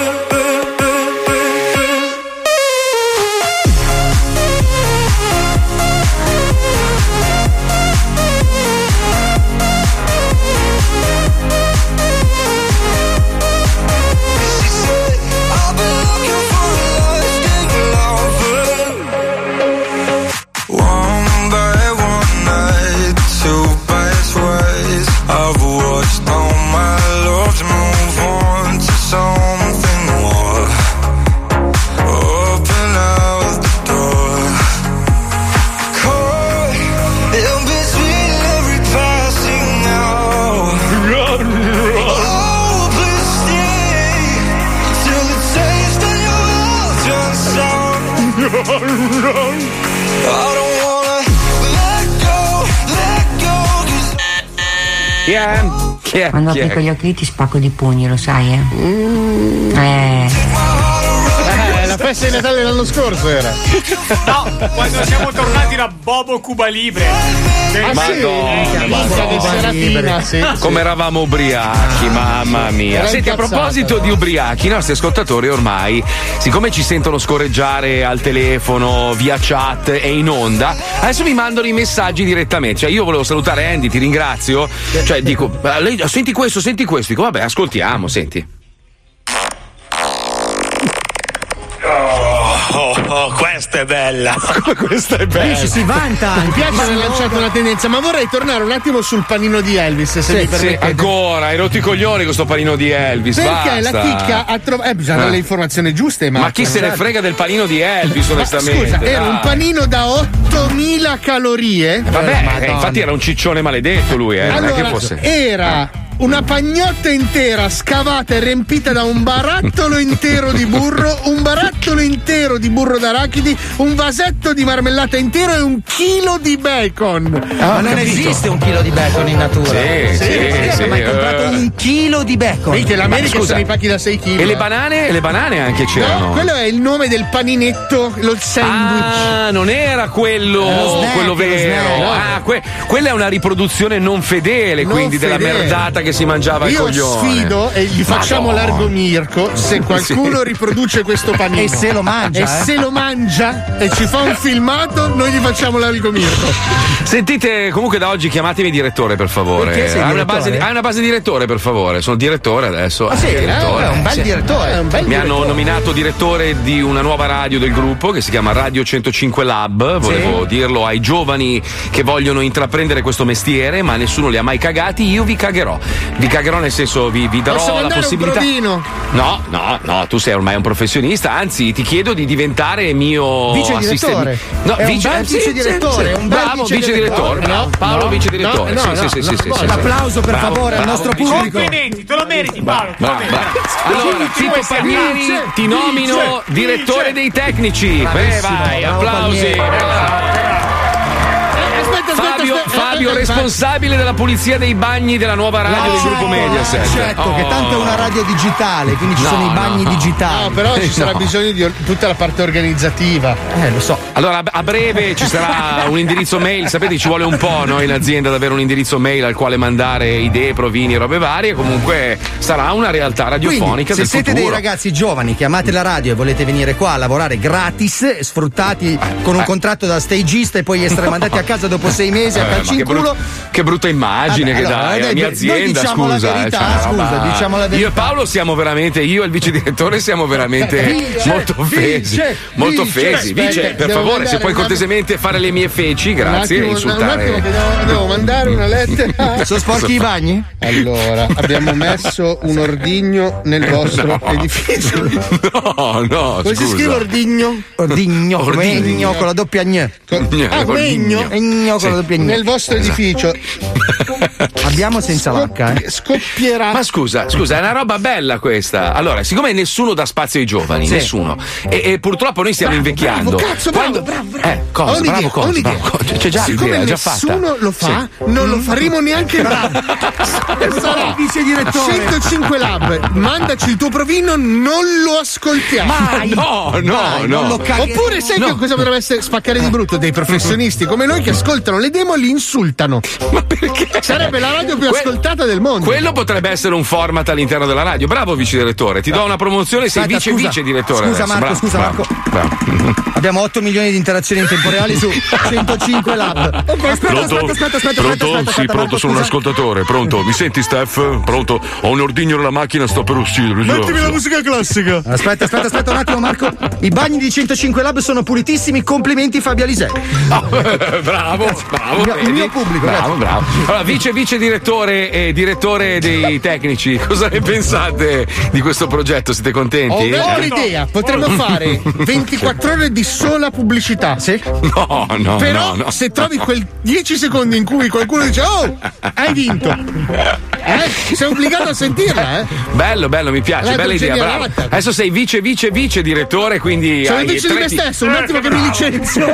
One by one night, two by twice, I've watched all my loves move on to something more. Open out the door. Caught in between every passing hour. Oh, please stay till the taste of your mouth turns sour. I don't wanna let go, 'cause Quando apri con gli occhi ti spacco di pugni, lo sai, La festa di Natale dell'anno scorso era. No, quando siamo tornati da Bobo Cuba Libre. Come eravamo ubriachi, mamma mia. Senti, a proposito di ubriachi, i nostri ascoltatori ormai, siccome ci sentono scorreggiare al telefono, via chat e in onda, adesso mi mandano i messaggi direttamente. Cioè, io volevo salutare Andy, ti ringrazio. Cioè, dico, senti questo. Dico, vabbè, ascoltiamo, senti. Questa è bella. Questa è bella. Si vanta. Mi piace aver lanciato una tendenza, ma vorrei tornare un attimo sul panino di Elvis, se mi permettete. Ancora, hai rotto i coglioni con sto panino di Elvis. Perché basta. la chicca ha trovato. Bisogna le informazioni giuste, ma chi se ne frega del panino di Elvis, onestamente? Scusa, era un panino da 8000 calorie. Vabbè, infatti era un ciccione maledetto lui, Allora, non è che fosse. Era una pagnotta intera scavata e riempita da un barattolo intero di burro, un barattolo intero di burro d'arachidi, un vasetto di marmellata intero e 1 chilo di bacon. Ma non esiste 1 chilo di bacon in natura. Sì. Ma hai comprato 1 chilo di bacon. Perché l'America sono i pacchi da 6 kg. E le banane anche c'erano. No, quello è il nome del paninetto, lo sandwich. Ah, non era quello vero. Quella è una riproduzione non fedele, quindi della merdata che si mangiava il coglione. Io sfido e gli facciamo largo Mirko se qualcuno riproduce questo panino e se lo mangia e ci fa un filmato, noi gli facciamo largo Mirko. Sentite, comunque da oggi chiamatemi direttore, per favore. Hai una base direttore, per favore. Sono direttore adesso. È un bel direttore. Mi hanno nominato direttore di una nuova radio del gruppo che si chiama Radio 105 Lab. Volevo dirlo ai giovani che vogliono intraprendere questo mestiere, ma nessuno li ha mai cagati. Io vi cagherò. Vi cagherò, nel senso, vi darò la possibilità. No, tu sei ormai un professionista, anzi ti chiedo di diventare mio vice direttore. Vice direttore. Bravo, vice direttore. Paolo, vice direttore. Un applauso per favore al nostro pubblico. Complimenti, te lo meriti, Paolo. Allora, Tito Panieri, ti nomino direttore dei tecnici. Vai, applausi. Aspetta. Fabio, responsabile della pulizia dei bagni della nuova radio del gruppo Mediaset. Certo, che tanto è una radio digitale, quindi ci sono i bagni digitali. No, però ci sarà bisogno di tutta la parte organizzativa. Lo so. Allora, a breve ci sarà un indirizzo mail, sapete, ci vuole un po', no, in azienda ad avere un indirizzo mail al quale mandare idee, provini, robe varie. Comunque sarà una realtà radiofonica. Quindi, se siete futuro. dei ragazzi giovani che amate la radio e volete venire qua a lavorare gratis, sfruttati con un contratto da stagista e poi essere mandati a casa dopo 6 mesi a calci in culo. Che brutta immagine che dai, la mia azienda, diciamo scusa. La verità, diciamo la verità. Io e Paolo siamo veramente, io e il vice direttore siamo veramente molto offesi. Molto offesi. Vice, per favore, se puoi cortesemente fare le mie feci, grazie. Insultare. Un attimo che devo mandare una lettera. Sono sporchi i bagni? Allora, abbiamo messo un ordigno nel vostro edificio. No, come si scrive ordigno? Ordigno con la doppia gne. Ordigno con la doppia gne. Nel vostro edificio. Abbiamo senza vacca, scoppierà. Ma scusa, è una roba bella questa. Allora, siccome nessuno dà spazio ai giovani, nessuno, e purtroppo noi stiamo invecchiando. Bravo. Cosa? Bravo. C'è già l'idea, già fatta. Nessuno lo fa, non lo faremo neanche bravo. Sarà il vice direttore. 105 Lab, mandaci il tuo provino, non lo ascoltiamo. No. Oppure sai che cosa potrebbe essere spaccare di brutto? Dei professionisti come noi che ascoltano le demo e li insultano. Ma perché? Sarebbe la radio più ascoltata del mondo. Quello potrebbe essere un format all'interno della radio. Bravo vice direttore, ti do una promozione, sei vice direttore. Scusa Marco. Abbiamo 8 milioni di interazioni in tempo reale su 105 Lab. Aspetta. Pronto? Sì, pronto, sono un ascoltatore. Pronto? Mi senti, Steph? Pronto? Ho un ordigno nella macchina, sto per uscire. Mettimi la musica classica. Aspetta un attimo, Marco. I bagni di 105 Lab sono pulitissimi. Complimenti, Fabio Alisei. Bravo. Il mio pubblico. Bravo. Allora, vice direttore e direttore dei tecnici, cosa ne pensate di questo progetto? Siete contenti? Ho un'idea. Potremmo fare 24 ore di sola pubblicità. Sì? No. Però se trovi quel 10 secondi in cui qualcuno dice "Oh, hai vinto". Sei obbligato a sentirla, Bello, mi piace, bella idea, bravo. Adesso sei vice direttore, quindi sono hai vice di me stesso, un attimo che mi licenzio.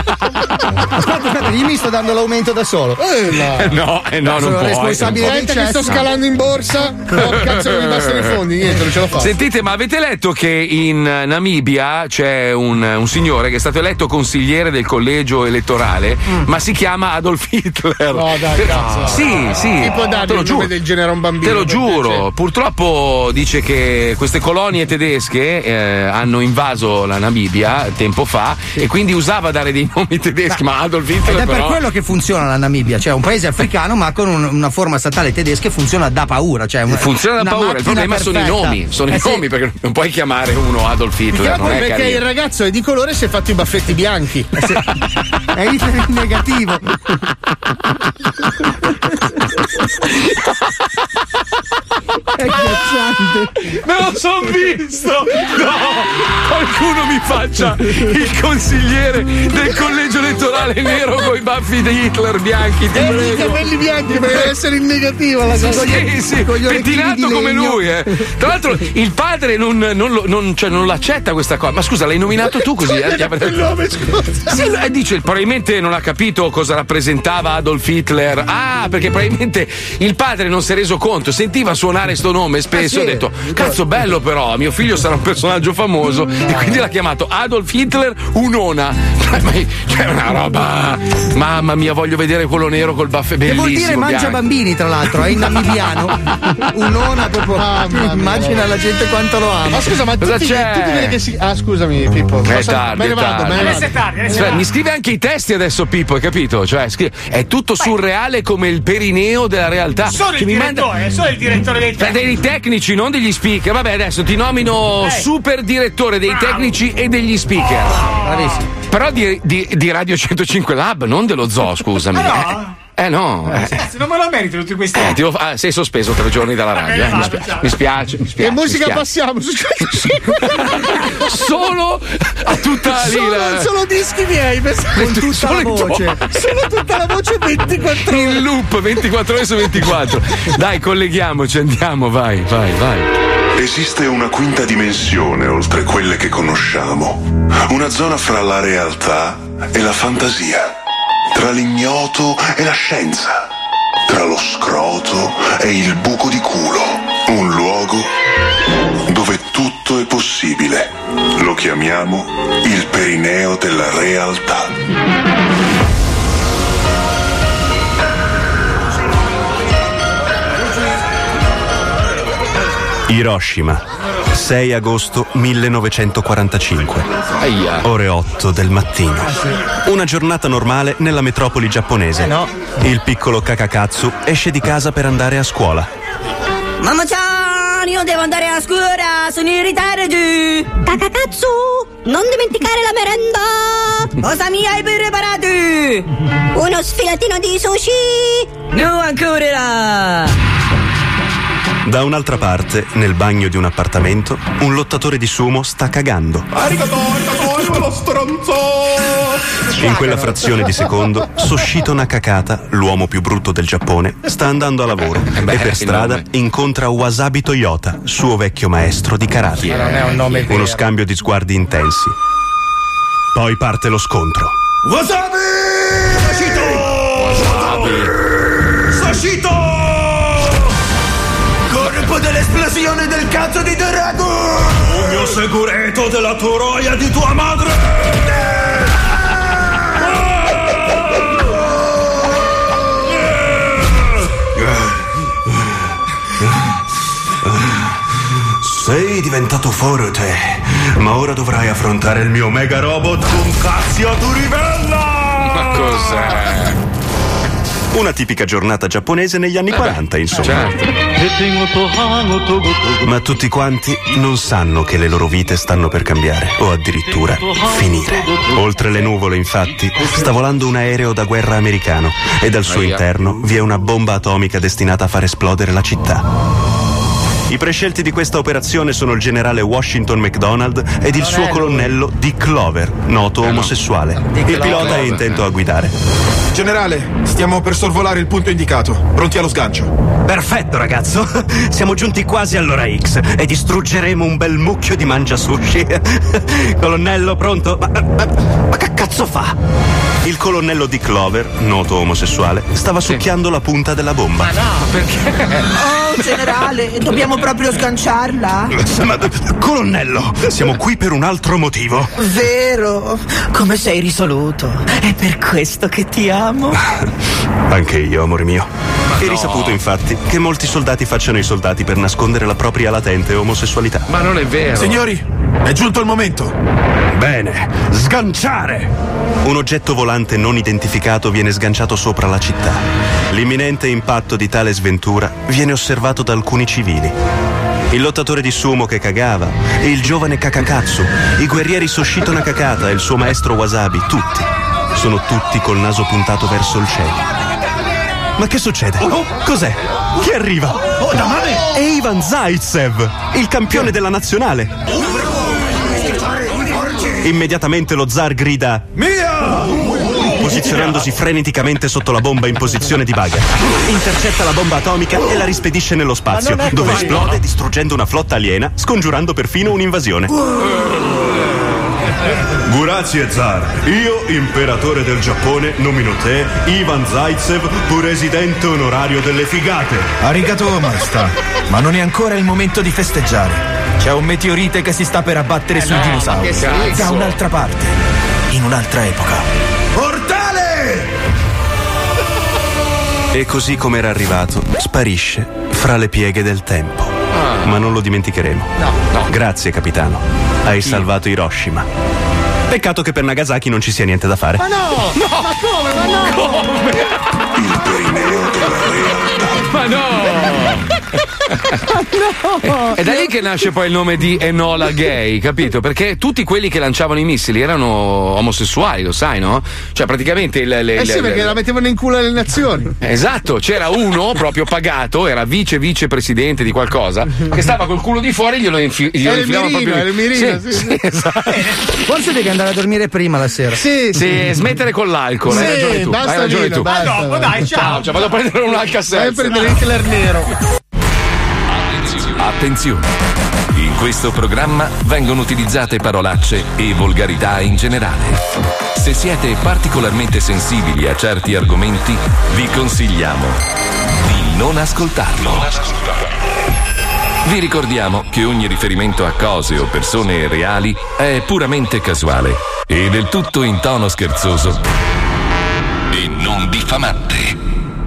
Aspetta, io mi sto dando l'aumento da solo. No, non sono puoi. responsabile del che sto scalando in borsa. Cazzo, non mi bastano i fondi, niente, non ce l'ho fatta. Sentite, ma avete letto che in Namibia c'è un signore che è stato eletto consigliere del collegio elettorale, ma si chiama Adolf Hitler? No, dai, cazzo. Sì. Chi può dare il nome del genere a un bambino? Te lo giuro. Purtroppo dice che queste colonie tedesche hanno invaso la Namibia tempo fa e quindi usava dare dei nomi tedeschi, ma Adolf Hitler ed è per però... quello che funziona la Namibia, cioè un paese africano ma con una forma statale tedesca, funziona da paura, cioè funziona da paura. Il problema sono i nomi, nomi, perché non puoi chiamare uno Adolf Hitler, non è perché carino. il ragazzo è di colore e si è fatto i baffetti bianchi. È Hitler in negativo. È ghiacciante. Me lo son visto! No! Qualcuno mi faccia il consigliere del collegio elettorale nero con i baffi di Hitler bianchi, ti prego. I capelli bianchi, deve essere in negativo la cosa. Sì, pettinato come lui, Tra l'altro il padre non l'accetta questa cosa. Ma scusa, l'hai nominato tu così? Il nome, scusa. Sì, dice, probabilmente non ha capito cosa rappresentava Adolf Hitler. Ah, perché probabilmente il padre non si è reso conto, sentiva suonare sto nome spesso, ha detto, cazzo bello però, mio figlio sarà un personaggio famoso, e quindi l'ha chiamato Adolf Hitler Unona. Cioè una roba, mamma mia, voglio vedere quello nero col baffo, bellissimo. Che vuol dire mangia bianco. Bambini, tra l'altro, è in namibiano. Un'ona proprio. Immagina la gente quanto lo ama. Ma scusa, ma cosa tutti c'è? quelli che si. Ah, scusami, Pippo. È tardi, me ne vado. Adesso è tardi. Mi scrive anche i testi adesso, Pippo, hai capito? Cioè, è tutto surreale come il perineo della realtà. Solo il direttore dei tecnici, non degli speaker. Vabbè, adesso ti nomino super direttore dei tecnici e degli speaker. Bravissimo. Però di Radio 105 Lab, non dello zoo, scusami. No? No. Non me lo merito tutti questi anni. Sei sospeso 3 giorni dalla radio. Mi spiace. Che musica passiamo? Solo a tutta solo dischi miei, con tutta la voce. Solo tutta la voce 24 ore. In loop 24 ore su 24. Dai, colleghiamoci, andiamo, vai. Esiste una quinta dimensione oltre quelle che conosciamo, una zona fra la realtà e la fantasia. tra l'ignoto e la scienza, tra lo scroto e il buco di culo. Un luogo dove tutto è possibile. Lo chiamiamo il perineo della realtà. Hiroshima, 6 agosto 1945. Ore 8 del mattino. Una giornata normale nella metropoli giapponese. Il piccolo Kakakatsu esce di casa per andare a scuola. Mamma-chan, io devo andare a scuola, sono in ritardo. Kakakatsu, non dimenticare la merenda. Cosa mi hai preparato? Uno sfilatino di sushi? No, ancora. Da un'altra parte, nel bagno di un appartamento, un lottatore di sumo sta cagando. Lo stronzo! In quella frazione di secondo, Soshito Nakakata, l'uomo più brutto del Giappone, sta andando a lavoro e per strada incontra Wasabi Toyota, suo vecchio maestro di karate. Non è un nome vero. Uno scambio di sguardi intensi. Poi parte lo scontro. Wasabi! Soshito! Corpo dell'esplosione del cazzo di drago! Pugno segreto della toroia di tua madre! Sei diventato forte, ma ora dovrai affrontare il mio mega robot con cazzi a tu rivella! Ma cos'è? Una tipica giornata giapponese negli anni 40, insomma. Certo. Ma tutti quanti non sanno che le loro vite stanno per cambiare, o addirittura finire. Oltre le nuvole, infatti, sta volando un aereo da guerra americano e al suo interno vi è una bomba atomica destinata a far esplodere la città. I prescelti di questa operazione sono il generale Washington McDonald ed il suo colonnello Dick Clover, noto omosessuale. Il pilota è intento a guidare. Generale, stiamo per sorvolare il punto indicato. Pronti allo sgancio. Perfetto, ragazzo. Siamo giunti quasi all'ora X e distruggeremo un bel mucchio di mangia sushi. Colonnello, pronto? Ma che cazzo fa? Il colonnello Dick Clover, noto omosessuale, stava succhiando la punta della bomba. Ma no, perché? Oh, generale, dobbiamo proprio sganciarla? Ma, colonnello, siamo qui per un altro motivo. Vero? Come sei risoluto? È per questo che ti amo. Anche io, amore mio. È risaputo, infatti, che molti soldati facciano i soldati per nascondere la propria latente omosessualità. Ma non è vero. Signori, è giunto il momento. Bene, sganciare! Un oggetto volante non identificato viene sganciato sopra la città. L'imminente impatto di tale sventura viene osservato da alcuni civili. Il lottatore di sumo che cagava, il giovane Kakakatsu, i guerrieri Soshito Nakakata e il suo maestro Wasabi, tutti. Sono tutti col naso puntato verso il cielo. Ma che succede? Cos'è? Chi arriva? È Ivan Zaitsev, il campione della nazionale. Immediatamente lo zar grida Mia! Posizionandosi freneticamente sotto la bomba in posizione di baga. Intercetta la bomba atomica e la rispedisce nello spazio, dove esplode distruggendo una flotta aliena, scongiurando perfino un'invasione. Grazie zar, io imperatore del Giappone nomino te Ivan Zaitsev presidente onorario delle figate. Arigato maestà, ma non è ancora il momento di festeggiare. C'è un meteorite che si sta per abbattere sui dinosauri da un'altra parte, in un'altra epoca. Portale! E così come era arrivato, sparisce fra le pieghe del tempo. Ma non lo dimenticheremo. No. Grazie, capitano. Hai salvato Hiroshima. Peccato che per Nagasaki non ci sia niente da fare. Ma no! Ma come? Ma no! Il perineo della realtà. Ma no! È da lì che nasce poi il nome di Enola Gay, capito? Perché tutti quelli che lanciavano i missili erano omosessuali, lo sai, no? Cioè praticamente sì, perché la mettevano in culo alle nazioni. Esatto, c'era uno proprio pagato, era vicepresidente di qualcosa, che stava col culo di fuori e glielo infilavano proprio. È il mirino, sì. Esatto. Forse devi andare a dormire prima la sera. Sì, smettere con l'alcol, hai ragione tu. Basta, hai ragione vino, tu. basta. Dopo, dai, ciao. Vado a prendere un Alka-Seltzer. Vai a prendere Hitler nero. Attenzione! In questo programma vengono utilizzate parolacce e volgarità in generale. Se siete particolarmente sensibili a certi argomenti, vi consigliamo di non ascoltarlo. Vi ricordiamo che ogni riferimento a cose o persone reali è puramente casuale e del tutto in tono scherzoso e non diffamante.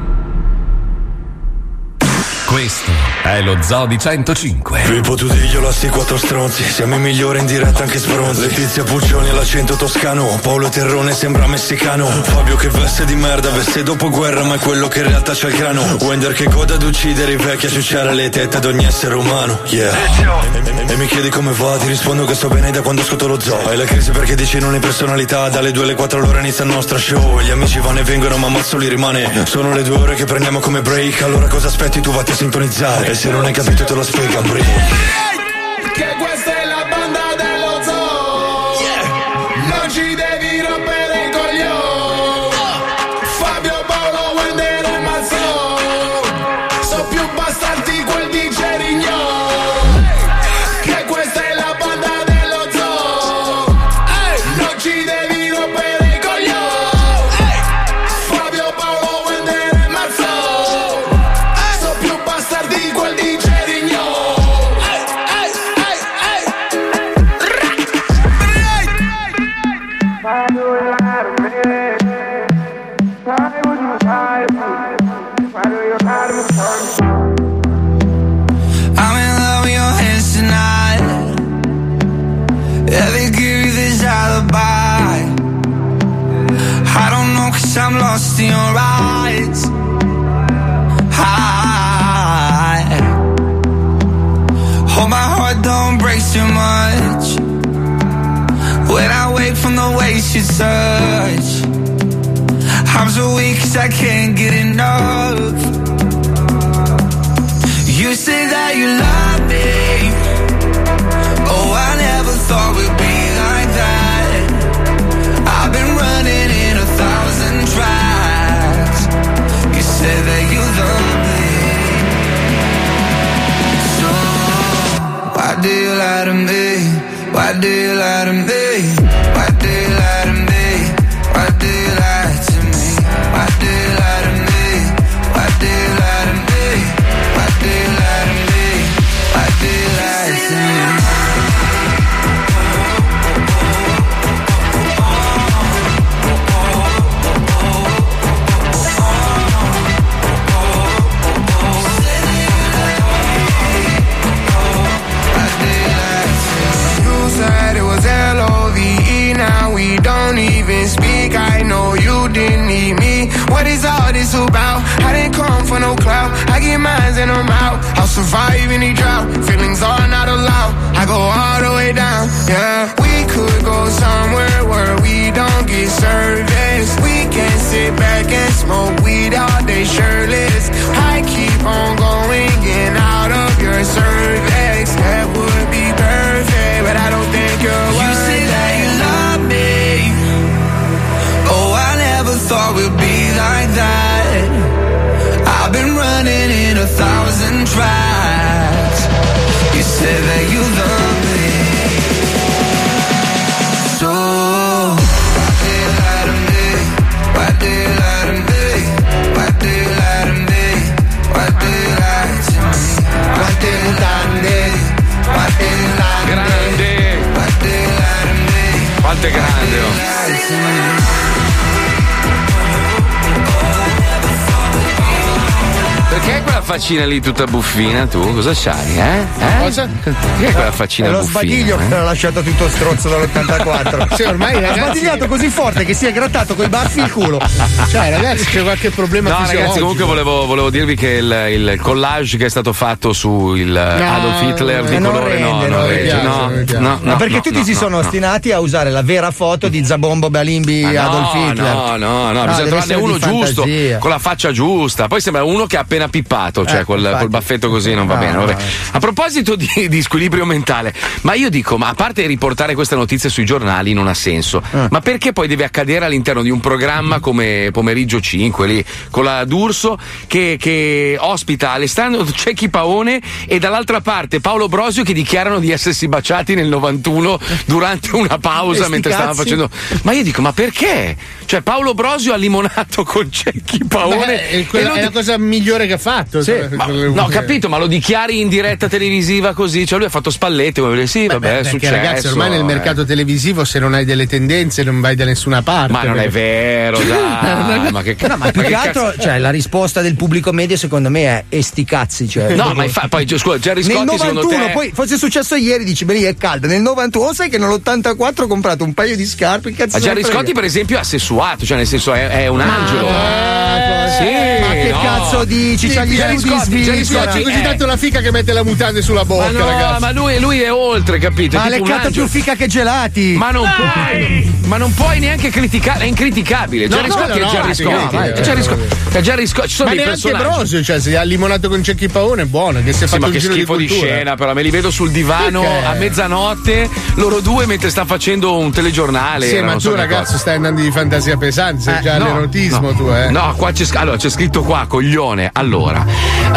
Questo è lo Zoo di 105. Pippo Tudiglio, sti quattro stronzi. Siamo i migliori in diretta anche sbronzi. Letizia Puccioni all'accento toscano. Paolo Terrone sembra messicano. Fabio che veste di merda, veste dopo guerra, ma è quello che in realtà c'ha il grano. Wender che coda ad uccidere i vecchi, a ciucciare le tette ad ogni essere umano. Yeah. E mi chiedi come va, ti rispondo che sto bene da quando ascolto lo Zoo. Hai la crisi perché dici non hai personalità. Dalle 2 alle 4 allora inizia il nostro show. Gli amici vanno e vengono ma mazzo li rimane. Sono le 2 ore che prendiamo come break. Allora cosa aspetti, tu vatti a sintonizzare. E se non hai capito te lo spiega break. Che questa è la banda dello Zoo. Non ci devi rompere i coglioni. Fabio, Paolo, Wender e Mazzo. So più bastardi quel di Cerigno. Che questa è la banda dello Zoo. Non ci devi rompere i coglioni. Fabio, Paolo, Wender e Mazzo. So più bastardi quel di Cerigno. I'm in love with your hands tonight. Yeah, they give you this alibi. I don't know 'cause I'm lost in your eyes. I hope my heart don't break too much when I wake from the way she touch. I'm so weak 'cause I can't get enough. You say that you love me. Oh, I never thought we'd be like that. I've been running in 1,000 tracks. You say that you love me. So why do you lie to me? Why do you lie to me? Why do you lie to me? Why do you lie to me? Why do you lie to me? Why do you lie to me? Why do you lie to me? Why do you lie to me? You said it was L-O-V-E, now we don't even speak. I know you didn't need me. What is all this about? I didn't come for no clout. I get mines and I'm out. I'll survive any drought. Feelings are not allowed. I go all the way down. Yeah, we could go somewhere where we don't get service. We can sit back and smoke weed all day shirtless. I keep on going in out of your cervix. That would be perfect, but I don't think you're worth it. You say that you love me. Oh, I never thought we'd be like that. I've been running in 1,000 tracks. You say that you love me. So why do you lie to me? Why do you lie to me? Why do you lie to me? Why do you lie to me? Why do you lie to me? Why do you lie to me? Grande! Why do you lie to me? Quanto è grande, oh. Perché quella faccina lì tutta buffina tu? Cosa c'hai, Cosa? Perché quella faccina È lo buffina? sbadiglio che l'ha lasciato tutto strozzo dall'84. Cioè, ormai, ha ragazzi, sbadigliato così forte che si è grattato coi baffi il culo. Cioè, ragazzi, c'è qualche problema No, fisiologico. ragazzi, comunque volevo dirvi che il collage che è stato fatto su Adolf Hitler di non colore rende, non regge. No, perché tutti si sono ostinati a usare la vera foto di Zabombo Balimbi Adolf Hitler. No, bisogna deve trovarne essere uno di giusto, fantasia. con la faccia giusta. Poi sembra uno che ha appena pippato, cioè col baffetto così non va bene. Vabbè. A proposito di squilibrio mentale, ma io dico, ma a parte riportare queste notizie sui giornali non ha senso, ma perché poi deve accadere all'interno di un programma come Pomeriggio 5 lì, con la D'Urso che ospita Alessandro Cecchi Paone e dall'altra parte Paolo Brosio che dichiarano di essersi baciati nel 91 durante una pausa mentre stavano facendo. Ma io dico, ma perché? Cioè Paolo Brosio ha limonato con Cecchi Paone. È la cosa migliore che ha fatto. Sì, no, capito, ma lo dichiari in diretta televisiva così? Cioè lui ha fatto spallette, come dire, sì, vabbè, è successo. Ragazzi, ormai nel mercato televisivo se non hai delle tendenze non vai da nessuna parte. Ma non è vero, dai. Ma che no, ma più che altro, cioè, la risposta del pubblico medio secondo me è sti cazzi, cioè. No, ma poi scusa, Gerry Scotti nel 91, secondo te... poi fosse successo ieri, dici, beh, lì è calda. Nel 91, sai che nell'84 ho comprato un paio di scarpe, che cazzo. Ma Gerry Scotti per esempio ha sessuato, cioè nel senso è un angelo. Sì, ma che cazzo dici? C'ha gli studi in Svizzera. Così tanto la fica che mette la mutande sulla bocca, ma no, ragazzi. Ma lui è oltre, capito? Ma ha leccato più fica che gelati. Ma non puoi neanche criticare, è incriticabile. Gerry Scotti è Gerry Scotti. Gerry Scotti, ci sono ma dei neanche personaggi. Brosio, cioè se ha limonato con Cecchi Paone è buono, che si è fatto ma un che giro schifo di scena, però me li vedo sul divano a mezzanotte, loro due mentre stanno facendo un telegiornale. Sì, ma tu ragazzo stai andando di fantasia pesante, sei già all'erotismo tu, No, qua c'è scritto qua, coglione. Allora,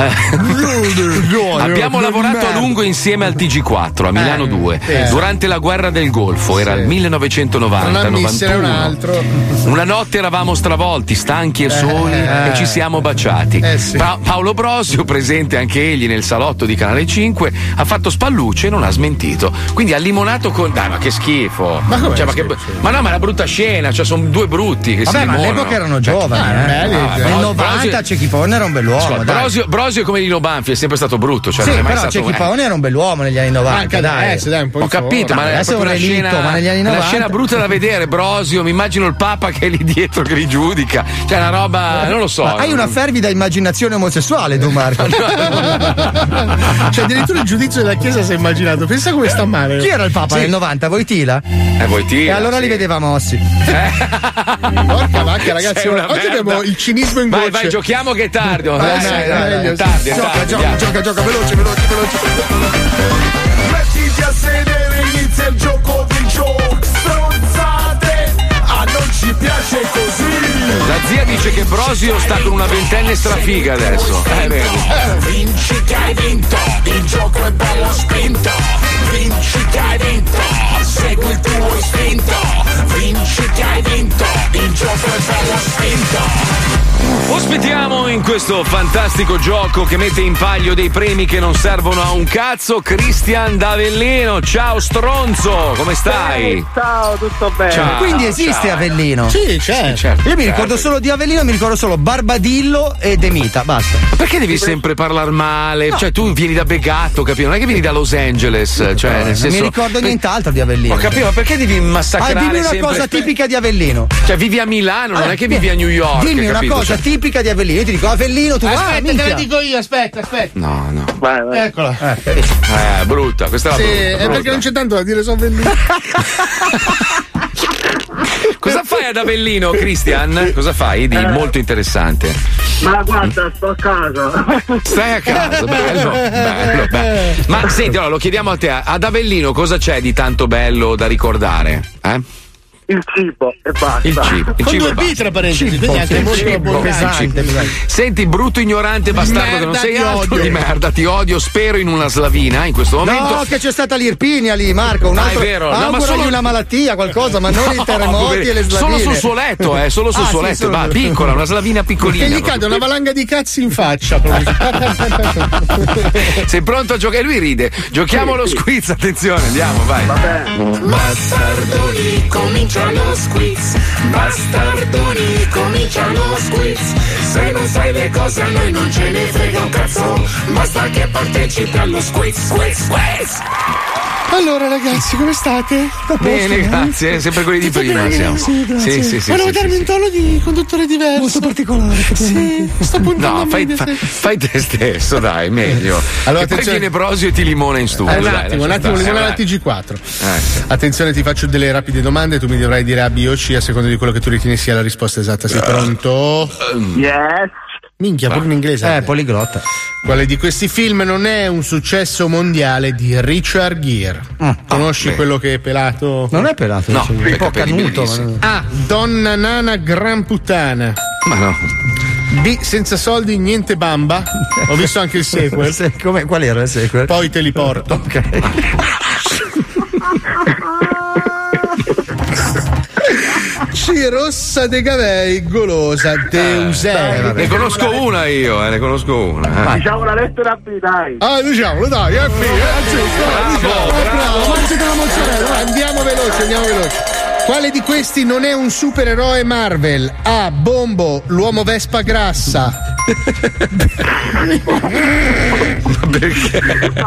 abbiamo lavorato a lungo insieme al TG4 a Milano 2 durante la guerra del Golfo, era il 1990-91. Una notte eravamo stravolti, stanchi e soli e ci siamo baciati. Paolo Brosio, presente anche egli nel salotto di Canale 5, ha fatto spallucce e non ha smentito. Quindi ha limonato con. Dai, ma che schifo! Ma no, ma è una brutta scena, cioè sono due brutti che si limonano. Ma all'epoca erano giovani, nel 90 Cecchi Paone era un bell'uomo. Brosio come Lino Banfi è sempre stato brutto, cioè sì, non è mai però stato. Cecchi Paone era un bell'uomo negli anni 90. Anche adesso, dai, un po' ho capito, ma adesso è un relitto, ma negli anni 90 è una scena brutta da vedere. Brosio, mi immagino il Papa che è lì dietro che li giudica, cioè una roba, non lo so. Ma hai una fervida immaginazione omosessuale, tu, Marco. Cioè addirittura il giudizio della Chiesa si è immaginato. Pensa come sta male. Chi era il Papa nel 90? Wojtyla? Wojtyla. E allora li vedeva mossi. Porca vacca, ragazzi. Oggi abbiamo il cinismo in voce. Vai, giochiamo che è tardi. Tardi. Gioca, veloce. Mettiti a sedere, inizia il gioco di gioco. Stronzate, non ci piace così. La zia dice che Brosio sta con una ventenne strafiga adesso. Vinci che hai vinto, il gioco è bello spinto. Vinci che hai vinto, segui il tuo istinto. Vinci che hai vinto, il gioco è bello spinto. Ospitiamo in questo fantastico gioco che mette in palio dei premi che non servono a un cazzo Cristian D'Avellino. Ciao stronzo, come stai? Ciao, tutto bene. Ciao, quindi esiste Avellino? Sì, certo. Io mi ricordo solo di Avellino, mi ricordo solo Barbadillo e De Mita, basta. Ma perché devi sempre parlare male? No. Cioè tu vieni da Begato, capito? Non è che vieni da Los Angeles, cioè nel senso. Non mi ricordo nient'altro di Avellino. Ho capito, ma perché devi massacrare dimmi una sempre? Cosa tipica di Avellino. Cioè vivi a Milano, non è che vivi a New York. Dimmi una cosa tipica di Avellino. Io ti dico Avellino, tu aspetta, te la dico io, aspetta. No. Vai. Eccola. Brutta, questa è la brutta. È perché non c'è tanto da dire su Avellino. Cosa fai ad Avellino, Cristian? Cosa fai di molto interessante? Ma guarda, sto a casa. Stai a casa, bello. Ma senti, allora lo chiediamo a te, ad Avellino cosa c'è di tanto bello da ricordare? Il cibo e basta. Il cibo con due B tra parentesi, quindi anche molto pesante. Senti, brutto ignorante bastardo che non sei altro di merda, ti odio, spero in una slavina in questo momento. No, che c'è stata l'Irpinia lì, Marco, un altro. È vero, ma solo una malattia, qualcosa, ma non i terremoti e le slavine. Solo sul suo letto, solo sul suo letto, va, piccola, una slavina piccolina. E gli cade una valanga di cazzi in faccia. Sei pronto a giocare? Lui ride. Giochiamo lo squiz, attenzione, andiamo, vai. Vabbè. Bastardoni, comincia lo squiz. Bastardoni, comincia lo squiz. Se non sai le cose a noi non ce ne frega un cazzo. Basta che partecipi allo squiz. Allora ragazzi, come state? Bene, grazie, sempre quelli di prima siamo. Sì, grazie. Sì. Volevo darmi un tono di conduttore diverso. Molto particolare. Sì, sto puntando. No, fai te stesso, dai, meglio. Allora, poi viene Brosio e ti limona in studio. Un attimo, limona la TG4. Attenzione, ti faccio delle rapide domande, tu mi dovrai dire A, B o C a seconda di quello che tu ritieni sia la risposta esatta. Sei pronto? Yes. Minchia, pure in inglese. Poliglotta. Quale di questi film non è un successo mondiale di Richard Gere? Conosci quello che è pelato? Non è pelato, No, un po' canuto. A. Donna nana gran puttana. Ma no. B. Senza soldi niente bamba. Ho visto anche il sequel. Qual era il sequel? Poi te li porto. Ok. C. Rossa de Gavei, golosa Deusè. Ne conosco una io, ne conosco una. Diciamo la lettera B, dai. Diciamolo, dai, è B, giusto. Bravo. Mangiate la mozzarella. Andiamo veloci. Quale di questi non è un supereroe Marvel? A. Bombo, l'uomo Vespa grassa. Perché?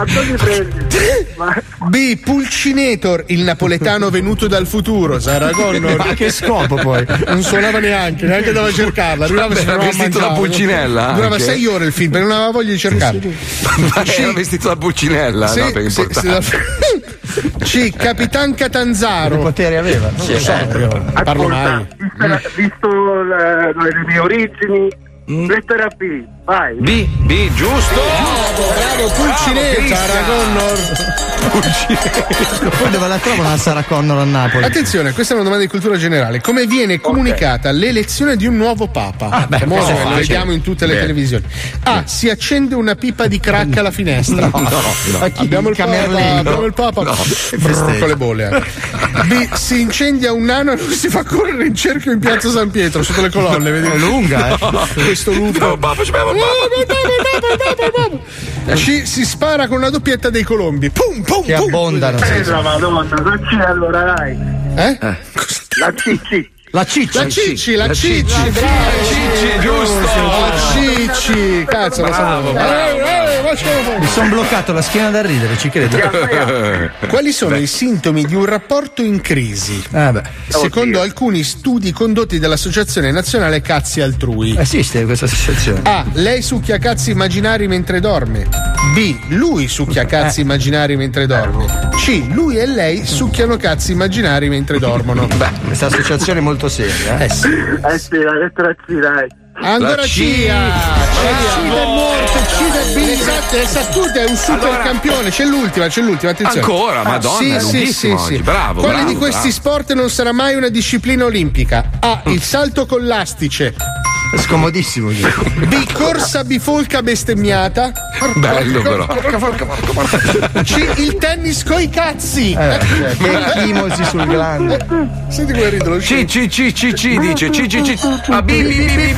B. Pulcinator, il napoletano venuto dal futuro. Sarah Connor. Ma che scopo poi? Non suonava neanche doveva cercarla. Arrivava Era vestito da Pulcinella. Durava anche. 6 ore il film perché non aveva voglia di cercarla. Ma era vestito da Pulcinella, Sì, no? Perché è sì, importante. C. Capitan Catanzaro. Che poteri aveva? Non lo so, parlo mai. Visto le mie origini, lettera B, vai. B, giusto. Bravo, Pulcinella, Sarah Connor. Poi dove la trovano la Sarah Connor a Napoli? Attenzione, questa è una domanda di cultura generale. Come viene comunicata l'elezione di un nuovo papa? Famoso, lo vediamo in tutte le televisioni. A. Si accende una pipa di crack alla finestra. No. Abbiamo il papa. Con le bolle. B. Si incendia un nano e non si fa correre in cerchio in piazza San Pietro sotto le colonne. Vedi? È lunga, Questo lupo. C. Si spara con una doppietta dei colombi. Pum, pum, che abbondano. La Madonna, non c'è allora, dai. La CC. La Cicci, giusto. La Cicci, cazzo, bravo. Mi sono bloccato la schiena da ridere, ci credo. Quali sono i sintomi di un rapporto in crisi? Secondo alcuni studi condotti dall'Associazione Nazionale Cazzi Altrui. Esiste questa associazione. A. Lei succhia cazzi immaginari mentre dorme. B. Lui succhia cazzi immaginari mentre dorme. C. Lui e lei succhiano cazzi immaginari mentre dormono. Questa associazione è molto seria. Sì, la lettera C, dai. Ancora C è morto, C è B. Esatto, è un super campione. C'è l'ultima, attenzione. Ancora, Madonna, è lunghissimo oggi. Bravo. Quale di questi sport non sarà mai una disciplina olimpica? A. Il salto con l'astice. Scomodissimo. B. Corsa bifolca bestemmiata. Bello però. C. Il tennis coi cazzi. Che chimosi sul grande. Senti come ridono. C dice C. A B.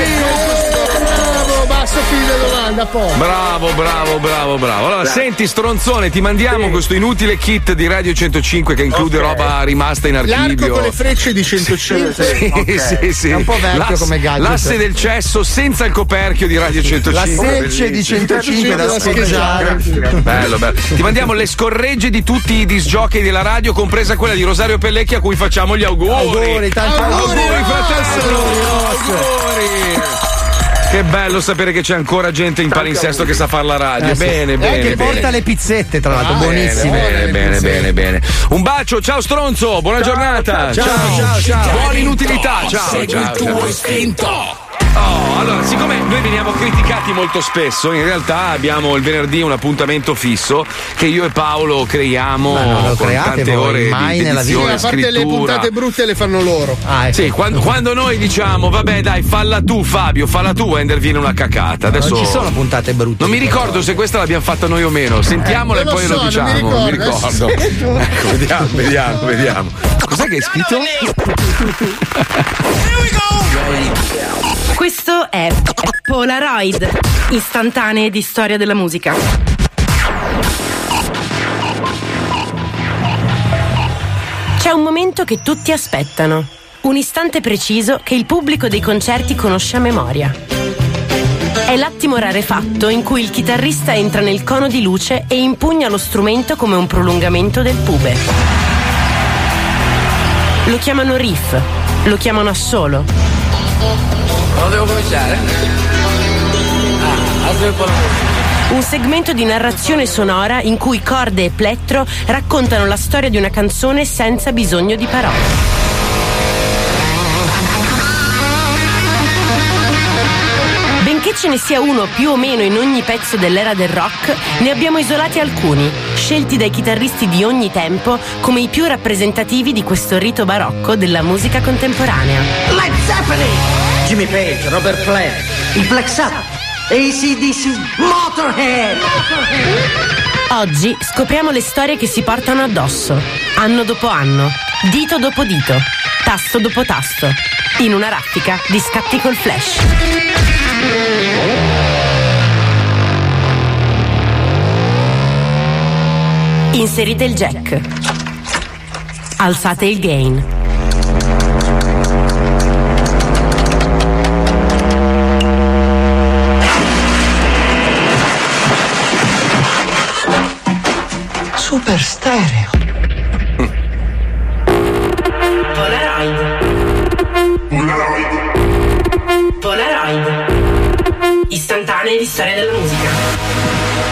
Bravo, basta finire la domanda, poi. Bravo. Allora, senti, stronzone, ti mandiamo questo inutile kit di Radio 105 che include roba rimasta in archivio. L'arco con le frecce di 105. Sì. È un po' vecchio come gadget. L'asse del cesso senza il coperchio di Radio 105. La selce di 105 da scheggiare. Bello. Ti mandiamo le scorregge di tutti i disc jockey della radio, compresa quella di Rosario Pellecchi, a cui facciamo gli auguri. Tanti auguri, fratello. Auguri. Che bello sapere che c'è ancora gente in palinsesto che sa fare la radio. Bene. Che porta le pizzette, tra l'altro, buonissime. Bene. Un bacio, ciao stronzo, buona giornata. Ciao. Buona inutilità. Ciao. Segui il tuo istinto. Allora, siccome noi veniamo criticati molto spesso, in realtà abbiamo il venerdì un appuntamento fisso che io e Paolo creiamo con tante ore mai di nella vita. edizione, A parte scrittura. le puntate brutte le fanno loro. Sì, quando noi diciamo vabbè dai, falla tu Fabio, falla tu, Wender viene una cacata. Adesso non ci sono puntate brutte. Non mi ricordo se questa l'abbiamo fatta noi o meno. Sentiamola e poi lo diciamo. Non mi ricordo. Ecco, vediamo. Cos'è che hai scritto? Questo è Polaroid, istantanee di storia della musica. C'è un momento che tutti aspettano, un istante preciso che il pubblico dei concerti conosce a memoria. È l'attimo rarefatto in cui il chitarrista entra nel cono di luce e impugna lo strumento come un prolungamento del pube. Lo chiamano riff, lo chiamano assolo. Non devo cominciare? Alzo un po' la musica. Un segmento di narrazione sonora in cui corde e plettro raccontano la storia di una canzone senza bisogno di parole. Benché ce ne sia uno più o meno in ogni pezzo dell'era del rock, ne abbiamo isolati alcuni, scelti dai chitarristi di ogni tempo come i più rappresentativi di questo rito barocco della musica contemporanea. Led Zeppelin, Jimmy Page, Robert Plant, i Black Sabbath, AC/DC, Motorhead. Oggi scopriamo le storie che si portano addosso, anno dopo anno, dito dopo dito, tasto dopo tasto, in una raffica di scatti col flash. Inserite il jack. Alzate il gain. Super stereo. Polaroid. Istantanee di storia della musica.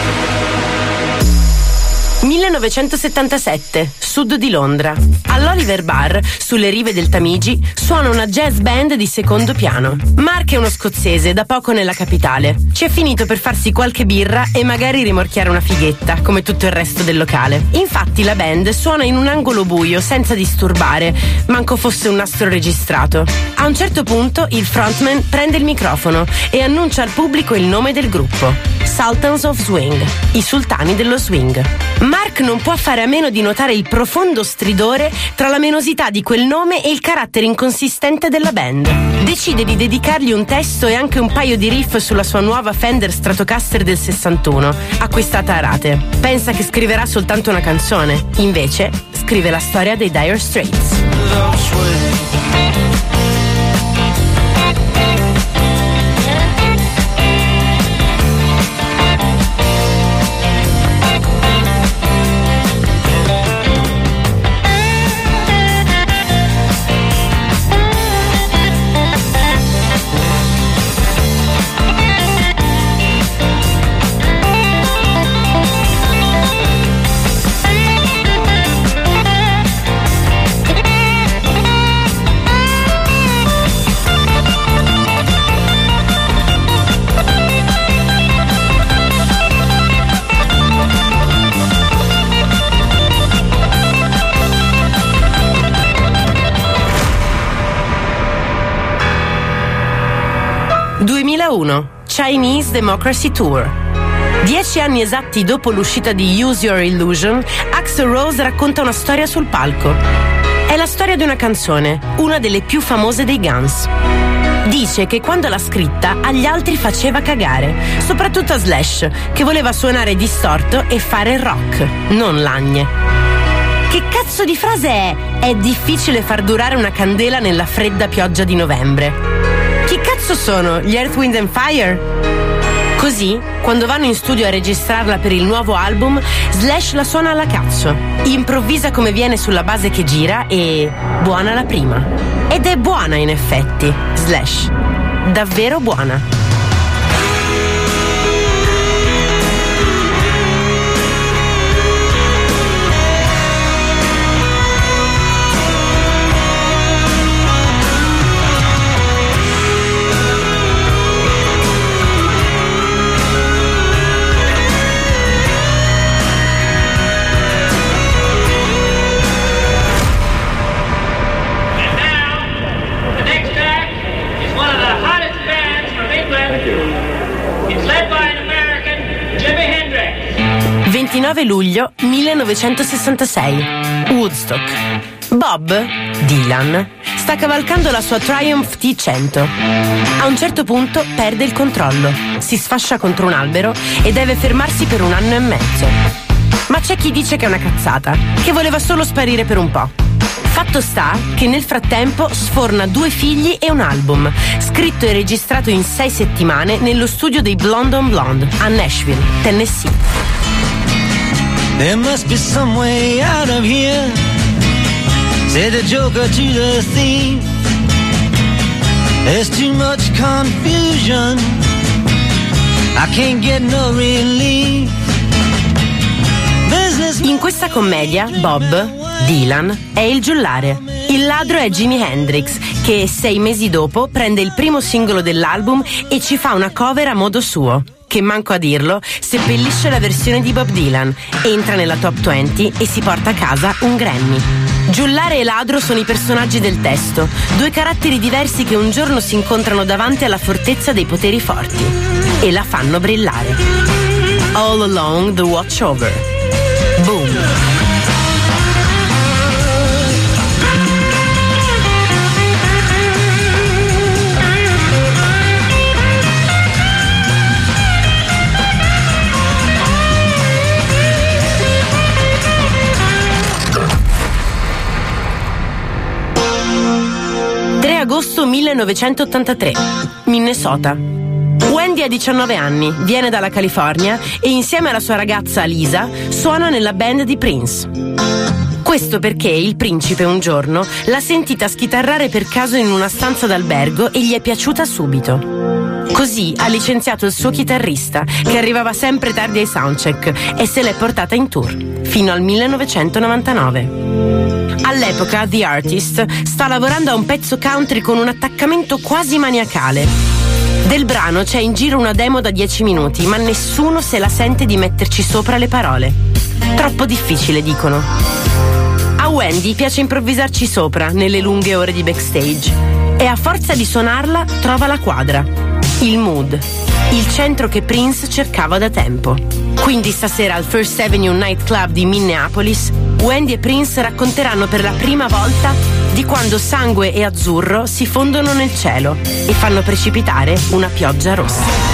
1977, sud di Londra. All'Oliver Bar, sulle rive del Tamigi, suona una jazz band di secondo piano. Mark è uno scozzese, da poco nella capitale. Ci è finito per farsi qualche birra e magari rimorchiare una fighetta, come tutto il resto del locale. Infatti la band suona in un angolo buio, senza disturbare, manco fosse un nastro registrato. A un certo punto il frontman prende il microfono e annuncia al pubblico il nome del gruppo: Sultans of Swing, i sultani dello swing. Mark non può fare a meno di notare il profondo stridore tra la menosità di quel nome e il carattere inconsistente della band. Decide di dedicargli un testo e anche un paio di riff sulla sua nuova Fender Stratocaster del 61, acquistata a rate. Pensa che scriverà soltanto una canzone, invece scrive la storia dei Dire Straits. 2001, Chinese Democracy Tour. 10 anni esatti dopo l'uscita di Use Your Illusion, Axl Rose racconta una storia sul palco. È la storia di una canzone, una delle più famose dei Guns. Dice che quando l'ha scritta agli altri faceva cagare, soprattutto a Slash, che voleva suonare distorto e fare rock, non lagne. Che cazzo di frase è? È difficile far durare una candela nella fredda pioggia di novembre. Chi cazzo sono? Gli Earth, Wind and Fire? Così, quando vanno in studio a registrarla per il nuovo album, Slash la suona alla cazzo, improvvisa come viene sulla base che gira e buona la prima. Ed è buona in effetti, Slash, davvero buona. Next act is one of the hottest bands from England. It's led by an American, Jimi Hendrix. 29 luglio 1966, Woodstock. Bob Dylan sta cavalcando la sua Triumph T100. A un certo punto perde il controllo, si sfascia contro un albero e deve fermarsi per 1 anno e mezzo. Ma c'è chi dice che è una cazzata, che voleva solo sparire per un po'. Fatto sta che nel frattempo sforna 2 figli e un album, scritto e registrato in 6 settimane nello studio dei Blonde on Blonde a Nashville, Tennessee. There must be some way out of here, said the joker to the thief. There's too much confusion, I can't get no relief. In questa commedia, Bob Dylan è il giullare. Il ladro è Jimi Hendrix, che 6 mesi dopo prende il primo singolo dell'album e ci fa una cover a modo suo, che manco a dirlo, seppellisce la versione di Bob Dylan, entra nella top 20 e si porta a casa un Grammy. Giullare e ladro sono i personaggi del testo, 2 caratteri diversi che un giorno si incontrano davanti alla fortezza dei poteri forti e la fanno brillare. All Along the Watchover. Boom. Agosto 1983, Minnesota. Wendy ha 19 anni, viene dalla California e insieme alla sua ragazza Lisa suona nella band di Prince. Questo perché il principe un giorno l'ha sentita schitarrare per caso in una stanza d'albergo e gli è piaciuta subito. Così ha licenziato il suo chitarrista, che arrivava sempre tardi ai soundcheck, e se l'è portata in tour, fino al 1999. All'epoca The Artist sta lavorando a un pezzo country con un attaccamento quasi maniacale. Del brano c'è in giro una demo da 10 minuti, ma nessuno se la sente di metterci sopra le parole. Troppo difficile, dicono. A Wendy piace improvvisarci sopra nelle lunghe ore di backstage e a forza di suonarla trova la quadra, il mood, il centro che Prince cercava da tempo. Quindi stasera al First Avenue Nightclub di Minneapolis, Wendy e Prince racconteranno per la prima volta di quando sangue e azzurro si fondono nel cielo e fanno precipitare una pioggia rossa.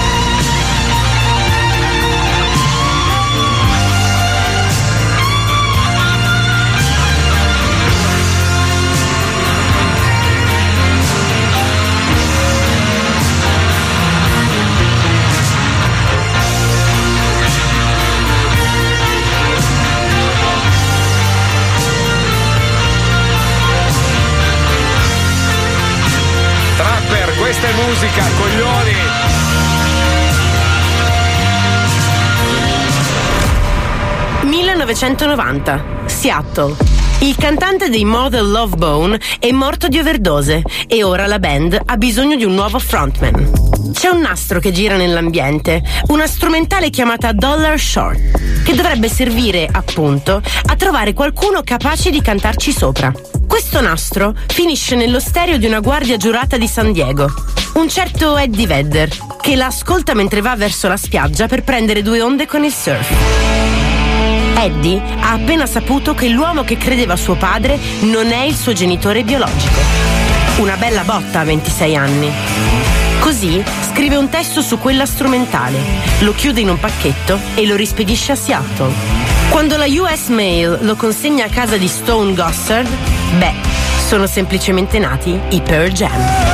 Questa è musica, coglioni! ...1990, Seattle. Il cantante dei Mother Love Bone è morto di overdose e ora la band ha bisogno di un nuovo frontman. C'è un nastro che gira nell'ambiente, una strumentale chiamata Dollar Short, che dovrebbe servire, appunto, a trovare qualcuno capace di cantarci sopra. Questo nastro finisce nello stereo di una guardia giurata di San Diego, un certo Eddie Vedder, che la ascolta mentre va verso la spiaggia per prendere 2 onde con il surf. Eddie ha appena saputo che l'uomo che credeva suo padre non è il suo genitore biologico. Una bella botta a 26 anni. Così scrive un testo su quella strumentale, lo chiude in un pacchetto e lo rispedisce a Seattle. Quando la US Mail lo consegna a casa di Stone Gossard, sono semplicemente nati i Pearl Jam.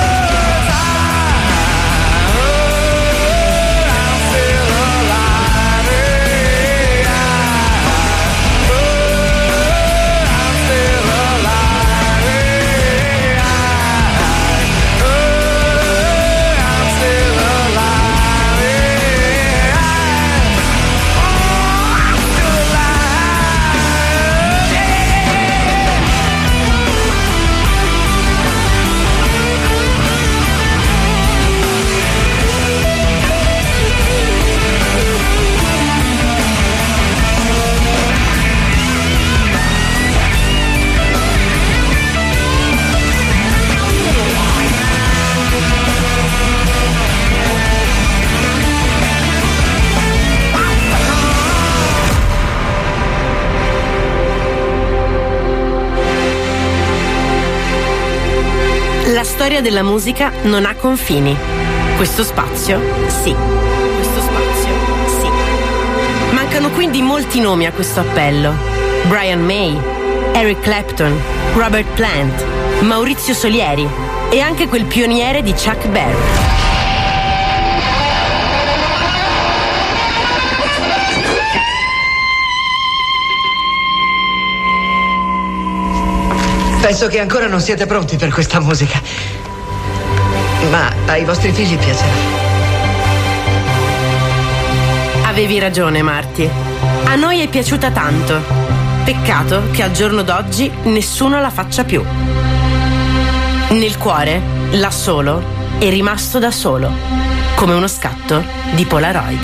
La storia della musica non ha confini. Questo spazio, sì. Questo spazio, sì. Mancano quindi molti nomi a questo appello. Brian May, Eric Clapton, Robert Plant, Maurizio Solieri e anche quel pioniere di Chuck Berry. Penso che ancora non siete pronti per questa musica. Ma ai vostri figli piacerà. Avevi ragione, Marty. A noi è piaciuta tanto. Peccato che al giorno d'oggi nessuno la faccia più. Nel cuore, là solo, è rimasto da solo, come uno scatto di Polaroid.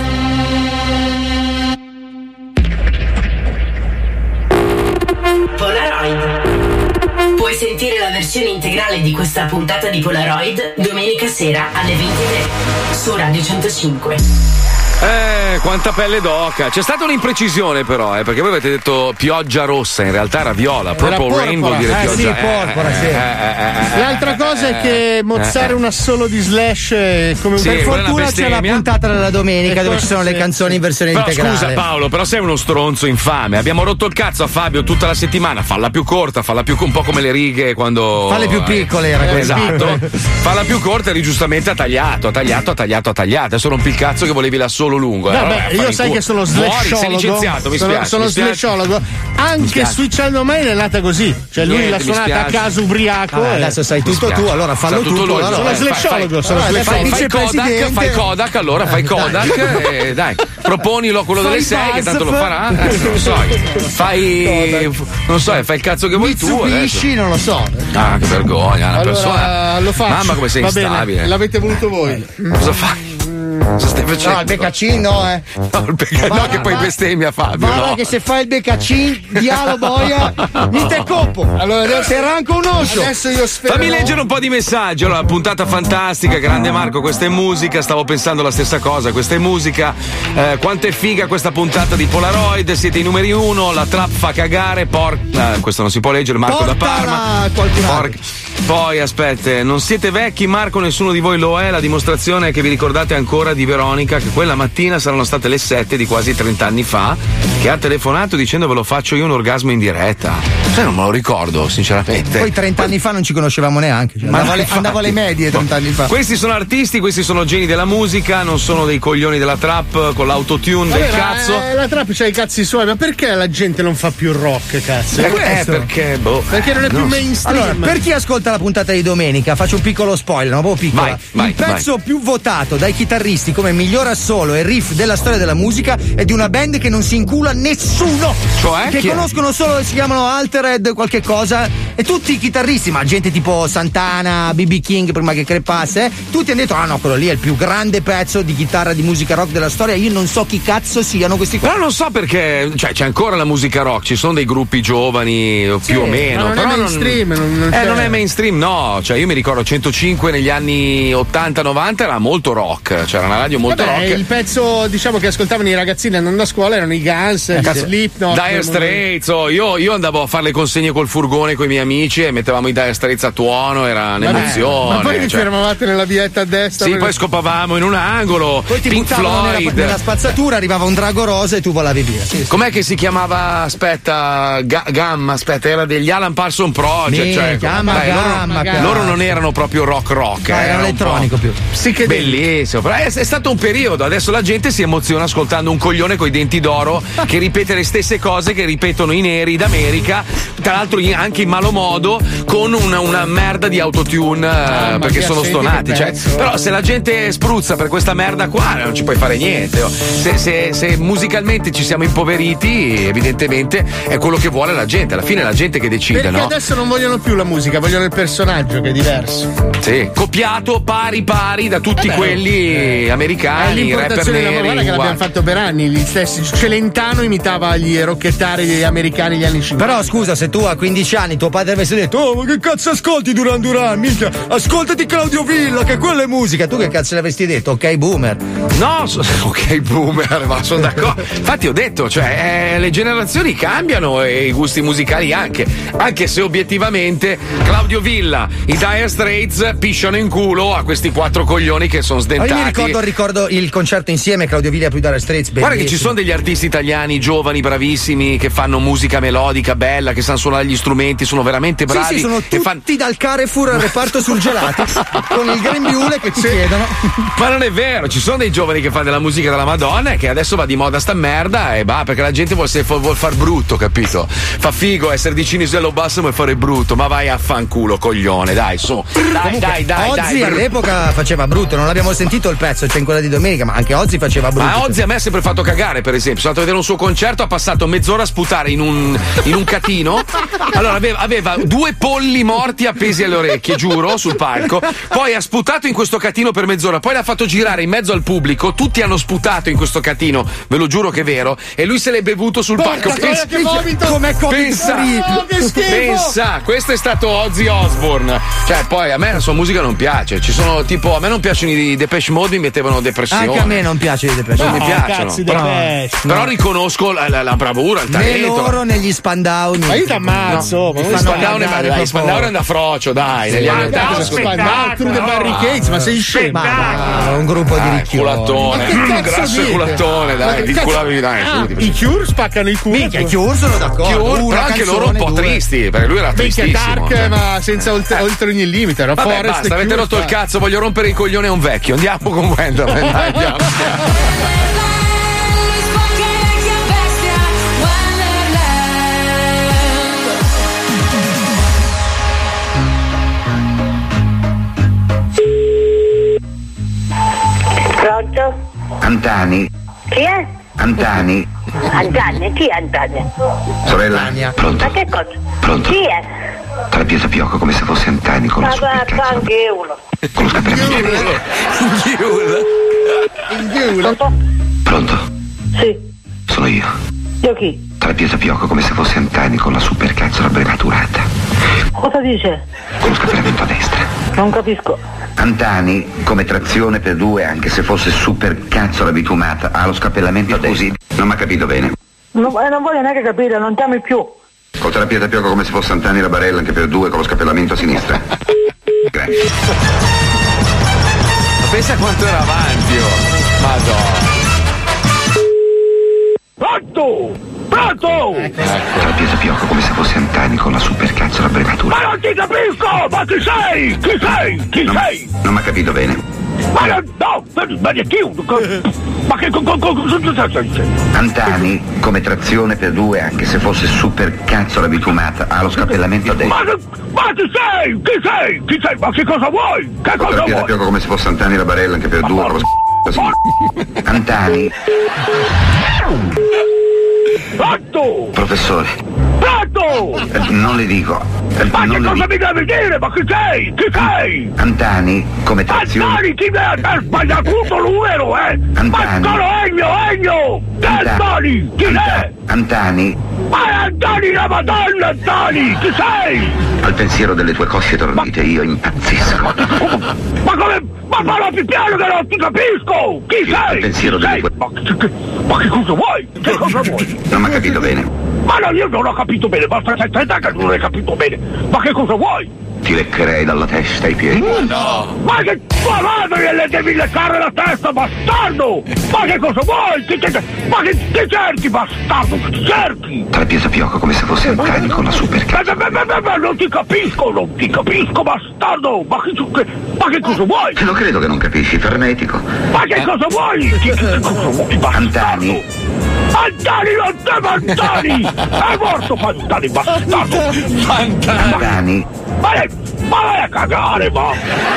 Polaroid. Puoi sentire la versione integrale di questa puntata di Polaroid domenica sera alle 23 su Radio 105. Quanta pelle d'oca. C'è stata un'imprecisione però, perché voi avete detto pioggia rossa, in realtà era viola. Purple rain vuol dire pioggia. Sì, porpora, sì. L'altra cosa è che mozzare un assolo di Slash come un per fortuna c'è la puntata della domenica dove ci sono le canzoni in versione però, integrale. Scusa Paolo, però sei uno stronzo infame. Abbiamo rotto il cazzo a Fabio tutta la settimana. Falla più corta, falla più un po' come le righe quando. Falle più piccole, era esatto. Falla più corta e lui giustamente ha tagliato. Adesso rompi il cazzo che volevi l'assolo lungo. No, io sai che sono slashologo. Sei licenziato, mi spiace. Sono slashologo. Anche Switchando Mail è nata così. Cioè lui l'ha suonata a caso ubriaco. Adesso sai tutto tu, allora fallo tutto. Sono slashologo. Fai Kodak, allora fai Kodak e dai, proponilo a quello delle 6 che tanto lo farà. Non so. Fai il cazzo che vuoi tu. Mitsubishi, non lo so. Ah, che vergogna, una persona. Lo faccio. Mamma come sei instabile. L'avete voluto voi. Cosa fai? Cosa stai facendo? No, il beccacin no, No, che poi bestemmia Fabio. Guarda che se fai il beccacin, dialo boia, mi te copo. Allora adesso era anche un oscio. Adesso io spero. Fammi leggere un po' di messaggi. Allora, puntata fantastica, grande Marco, questa è musica. Stavo pensando la stessa cosa, questa è musica. Quanto è figa questa puntata di Polaroid. Siete i numeri 1, la trap fa cagare. Questo non si può leggere, Marco da Parma. Poi aspetta, non siete vecchi, Marco, nessuno di voi lo è. La dimostrazione è che vi ricordate ancora di Veronica, che quella mattina saranno state le 7 di quasi 30 anni fa, che ha telefonato dicendo ve lo faccio io un orgasmo in diretta. Non me lo ricordo, sinceramente. Poi 30 anni fa non ci conoscevamo neanche. Cioè, andavo alle medie 30 anni fa. Questi sono artisti, questi sono geni della musica, non sono dei coglioni della trap con l'autotune del cazzo. La trap c'ha i cazzi suoi, ma perché la gente non fa più rock, cazzo? Perché non è più mainstream. Allora, per chi ascolta la puntata di domenica, faccio un piccolo spoiler, ma proprio piccola. Il pezzo più votato dai chitarristi come miglior assolo e riff della storia della musica è di una band che non si incula nessuno. Cioè? Che conoscono solo, si chiamano Altered qualche cosa, e tutti i chitarristi, ma gente tipo Santana, B.B. King prima che crepasse, tutti hanno detto no, quello lì è il più grande pezzo di chitarra di musica rock della storia. Io non so chi cazzo siano questi qua. Però non so perché, cioè c'è ancora la musica rock, ci sono dei gruppi giovani più o meno. Ma non è mainstream, non è mainstream, no. Cioè io mi ricordo 105 negli anni 80-90 era molto rock, c'era una radio molto rock. Il pezzo, diciamo, che ascoltavano i ragazzini andando a scuola erano i Guns, gli Slipknot, Dire Straits. Io andavo a fare le consegne col furgone con i miei amici e mettevamo i Dire Straits a tuono, era un'emozione. Ma poi vi fermavate nella vietta a destra. Sì, poi scopavamo in un angolo. Poi ti Pink Floyd. Nella spazzatura arrivava un drago rosa e tu volavi via. Sì. Com'è che si chiamava? Aspetta, Gamma, aspetta, era degli Alan Parsons Project. Loro non erano proprio rock. Era elettronico più. Sì, che bellissimo. Però è stato un periodo. Adesso la gente si emoziona ascoltando un coglione coi denti d'oro che ripete le stesse cose che ripetono i neri d'America, tra l'altro anche in malo modo, con una merda di autotune perché sono stonati. Però se la gente spruzza per questa merda qua non ci puoi fare niente. Se musicalmente ci siamo impoveriti, evidentemente è quello che vuole la gente. Alla fine è la gente che decide, perché no? Adesso non vogliono più la musica, vogliono il personaggio, che è diverso. Sì, copiato pari da tutti quelli americani, i rapper neri. Guarda che l'abbiamo fatto per anni, gli stessi. Celentano imitava gli rocchettari degli americani degli anni 50. Però scusa, se tu a 15 anni tuo padre avesse detto oh, ma che cazzo ascolti Duran Duran, minchia, ascoltati Claudio Villa, che quella è musica, tu che cazzo le avresti detto? Ok boomer. No, ok boomer, ma sono d'accordo. Infatti ho detto, cioè le generazioni cambiano e i gusti musicali anche se obiettivamente Claudio Villa, i Dire Straits pisciano in culo a questi 4 coglioni che sono sdentati. Io mi ricordo il concerto insieme Claudio Villa più Dire Straits, bellissimo. Guarda che ci sono degli artisti italiani giovani bravissimi che fanno musica melodica bella, che sanno suonare gli strumenti, sono veramente bravi. Sì, sono tutti dal Carrefour al reparto surgelati con il grembiule che ti chiedono. Ma non è vero, ci sono dei giovani che fanno della musica della Madonna e che adesso va di moda sta merda e va, perché la gente vuol far brutto, capito? Fa figo essere di Cinisello Balsamo e fare brutto, ma vai a fanculo, coglione, dai, su. Dai. Ozzy all'epoca faceva brutto, non l'abbiamo sentito il pezzo, c'è in quella di domenica, ma anche Ozzy faceva brutto. Ma Ozzy a me ha sempre fatto cagare, per esempio. Sono andato a vedere un suo concerto, ha passato mezz'ora a sputare in un catino. Allora aveva 2 polli morti appesi alle orecchie, giuro, sul palco. Poi ha sputato in questo catino per mezz'ora, poi l'ha fatto girare in mezzo al pubblico, tutti hanno sputato in questo catino, ve lo giuro che è vero, e lui se l'è bevuto sul palco. Pensa, questo è stato Ozzy Osbourne. Cioè, poi a me la sua musica non piace. Ci sono tipo, a me non piacciono i Depeche Mode, mi mettevano depressione. Anche a me non piace i Depeche Mode. Non mi piacciono. Però riconosco la bravura, il talento. Né loro negli Spandau. Ma io t'ammazzo. Gli Spandau è da frocio, dai. Negli anni 80 Spandau, Through the Barricades, ma sei scemo. Ma un gruppo di ricchi. Culattone, grasso e culattone, dai, di culavi, dai. I Cure spaccano il culo. Minchia, i Cure sono d'accordo. Però anche loro un po' tristi, perché lui era tristissimo. Dark, ma senza oltre ogni limite. Era Vabbè, basta, avete rotto il cazzo, voglio rompere il coglione a un vecchio. Andiamo con Wendell, dai, andiamo. Pronto? Antani? Chi è? Antani? Antani? Chi è Antani? Sorella? Pronto? Ma che cosa? Pronto? Chi è? Trapiesa Pioco come se fosse Antani con la sua cazzo. Con lo scapellamento. Pronto? Pronto? Sì. Sono io. Io chi? Trapiesa Pioco come se fosse Antani con la supercazzola brevaturata. Cosa dice? Con lo scapellamento a destra. Non capisco. Antani come trazione per 2 anche se fosse supercazzola bitumata. Ha lo scapellamento a destra. Non mi ha capito bene. Non voglio neanche capire, non chiami più. Con Trapiesa Pioco come se fosse Antani la barella anche per 2 con lo scapellamento a sinistra. Grazie. Ma pensa quanto era avanti, oh. Madonna. Pronto! Pronto! Trapiesa Pioco come se fosse Antani con la supercazzola brevatura. Ma non ti capisco! Ma chi sei? Chi sei? Chi sei? Non mi ha capito bene. Ma no! Ma che cosa dice? Antani come trazione per 2 anche se fosse supercazzola bitumata. Ha lo scapellamento a destra. Ma chi sei? Chi sei? Chi sei? Ma che cosa vuoi? Che cosa Trapiesa vuoi? Pioco come se fosse Antani la barella anche per 2 con lo scapellamento. Antani. Pronto! Professore. Pronto! Non le dico. Ma non che le cosa mi devi dire? Ma chi sei? Chi sei? Antani come trazione. Antani, chi mi ha sbagliato tutto il numero, eh? Ma sono Ennio! Che Antani? Chi è? Antani. Ma è Antani la Madonna, Antani! Chi sei? Al pensiero delle tue cosce dormite io impazzisco. Ma come? Ma parla più piano che non ti capisco! Chi sei? Al pensiero delle tue... Ma che cosa vuoi? Che cosa vuoi? Non mi ha capito bene. Ma no, io non ho capito bene, ma aspetta che non hai capito bene. Ma che cosa vuoi? Ti leccherei dalla testa ai piedi. No! Ma che tua madre le devi leccare la testa, bastardo! Ma che cosa vuoi? Ma che cerchi, bastardo? Che cerchi? Trapiesa Pioco come se fosse Antani con la supercazzola. Non ti capisco, bastardo! Ma che cosa vuoi? Non credo che non capisci, farnetico. Ma che cosa vuoi? Che cosa vuoi, bastardo? Antani? Antani, non te Antani! È morto Fantani, bastardo! Antani? Ma vai a cagare, ma!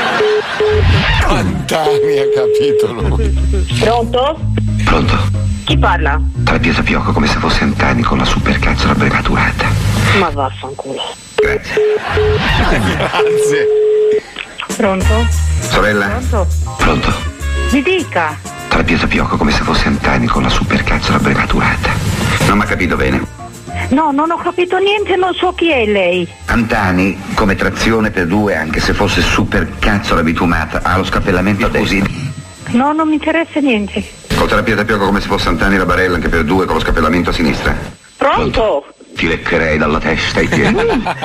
Antani, ha capito lui. Pronto? Pronto? Chi parla? Trapiesa Pioco come se fosse Antani con la supercazzola brevaturata. Ma vaffanculo. Grazie. Grazie. Pronto? Sorella? Pronto? Pronto? Mi dica. Trapiesa Pioco come se fosse Antani con la supercazzola brevaturata. Non mi ha capito bene. No, non ho capito niente, non so chi è lei. Antani come trazione per 2 anche se fosse supercazzola bitumata. Ha lo scapellamento a destra. No, non mi interessa niente. Con Trapiesa Pioco come se fosse Antani la barella anche per 2 con lo scapellamento a sinistra. Pronto? Ti leccherei dalla testa ai piedi.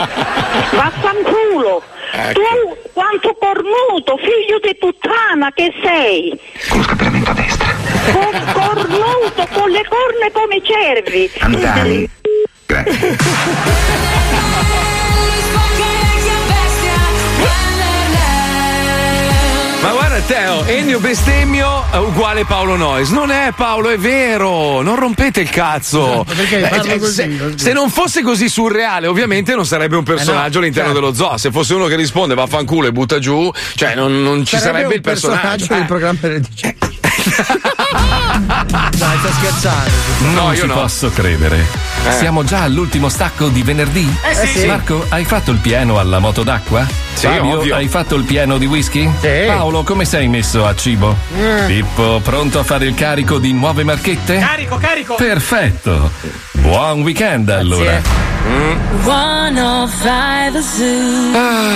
Vaffanculo! Ecco. Tu, quanto cornuto, figlio di puttana che sei! Con lo scapellamento a destra. Cornuto, con le corna come i cervi! Antani. Ma guarda Teo, Ennio bestemmio uguale Paolo Noyes. Non è Paolo, è vero. Non rompete il cazzo. Perché parlo così? Se non fosse così surreale, ovviamente non sarebbe un personaggio all'interno dello zoo. Se fosse uno che risponde vaffanculo e butta giù, cioè non ci sarebbe il personaggio del programma del DJ. Dai, sta scherzando. Non ci posso credere. Siamo già all'ultimo stacco di venerdì? Sì. Marco, hai fatto il pieno alla moto d'acqua? Sì, Fabio, ovvio. hai fatto il pieno di whisky? Sì. Paolo, come sei messo a cibo? Pippo, pronto a fare il carico di nuove marchette? Carico. Perfetto. Buon weekend allora. 105 Zoo.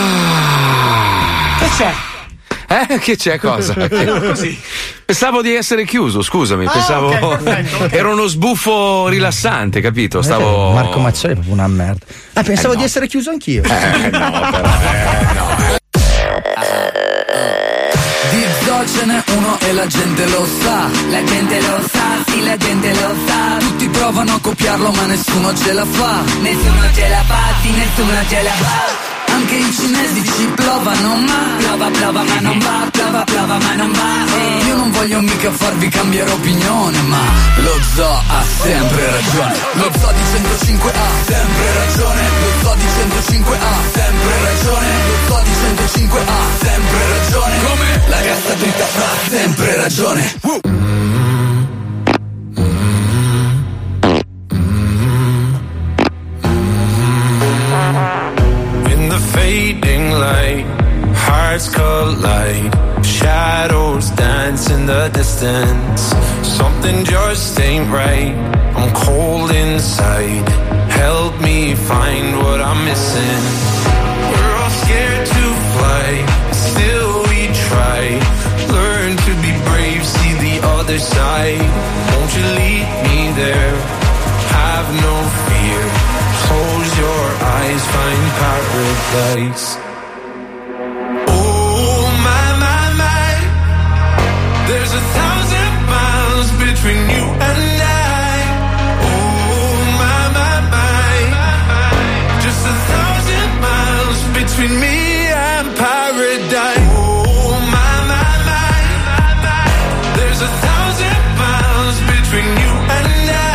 Che c'è? Che c'è cosa? No, così. Pensavo di essere chiuso, scusami. Pensavo. Ok, perfetto, ok. Era uno sbuffo rilassante, capito? Stavo. Marco Mazzoli è proprio una merda. Pensavo di essere chiuso anch'io. No, però. Di zoo ce n'è uno e la gente lo sa. La gente lo sa, sì, la gente lo sa. Tutti provano a copiarlo ma nessuno ce la fa. Nessuno ce la fa, sì, nessuno ce la fa. Anche i cinesi ci plovano ma plova ma non va, plova ma non va. Io non voglio mica farvi cambiare opinione, ma lo zoo ha sempre ragione. Lo zoo di 105 ha sempre ragione. Lo zoo di 105 ha sempre ragione. Lo zoo di 105 ha sempre ragione. Come la gassa dritta ha sempre ragione. In the fading light, hearts collide. Shadows dance in the distance. Something just ain't right. I'm cold inside. Help me find what I'm missing. We're all scared to fly, still we try. Learn to be brave, see the other side. Won't you lead me there? Have no fear. Close your eyes, find paradise. Oh my, there's 1,000 miles between you and I. Oh my, just 1,000 miles between me and paradise. Oh my, there's 1,000 miles between you and I.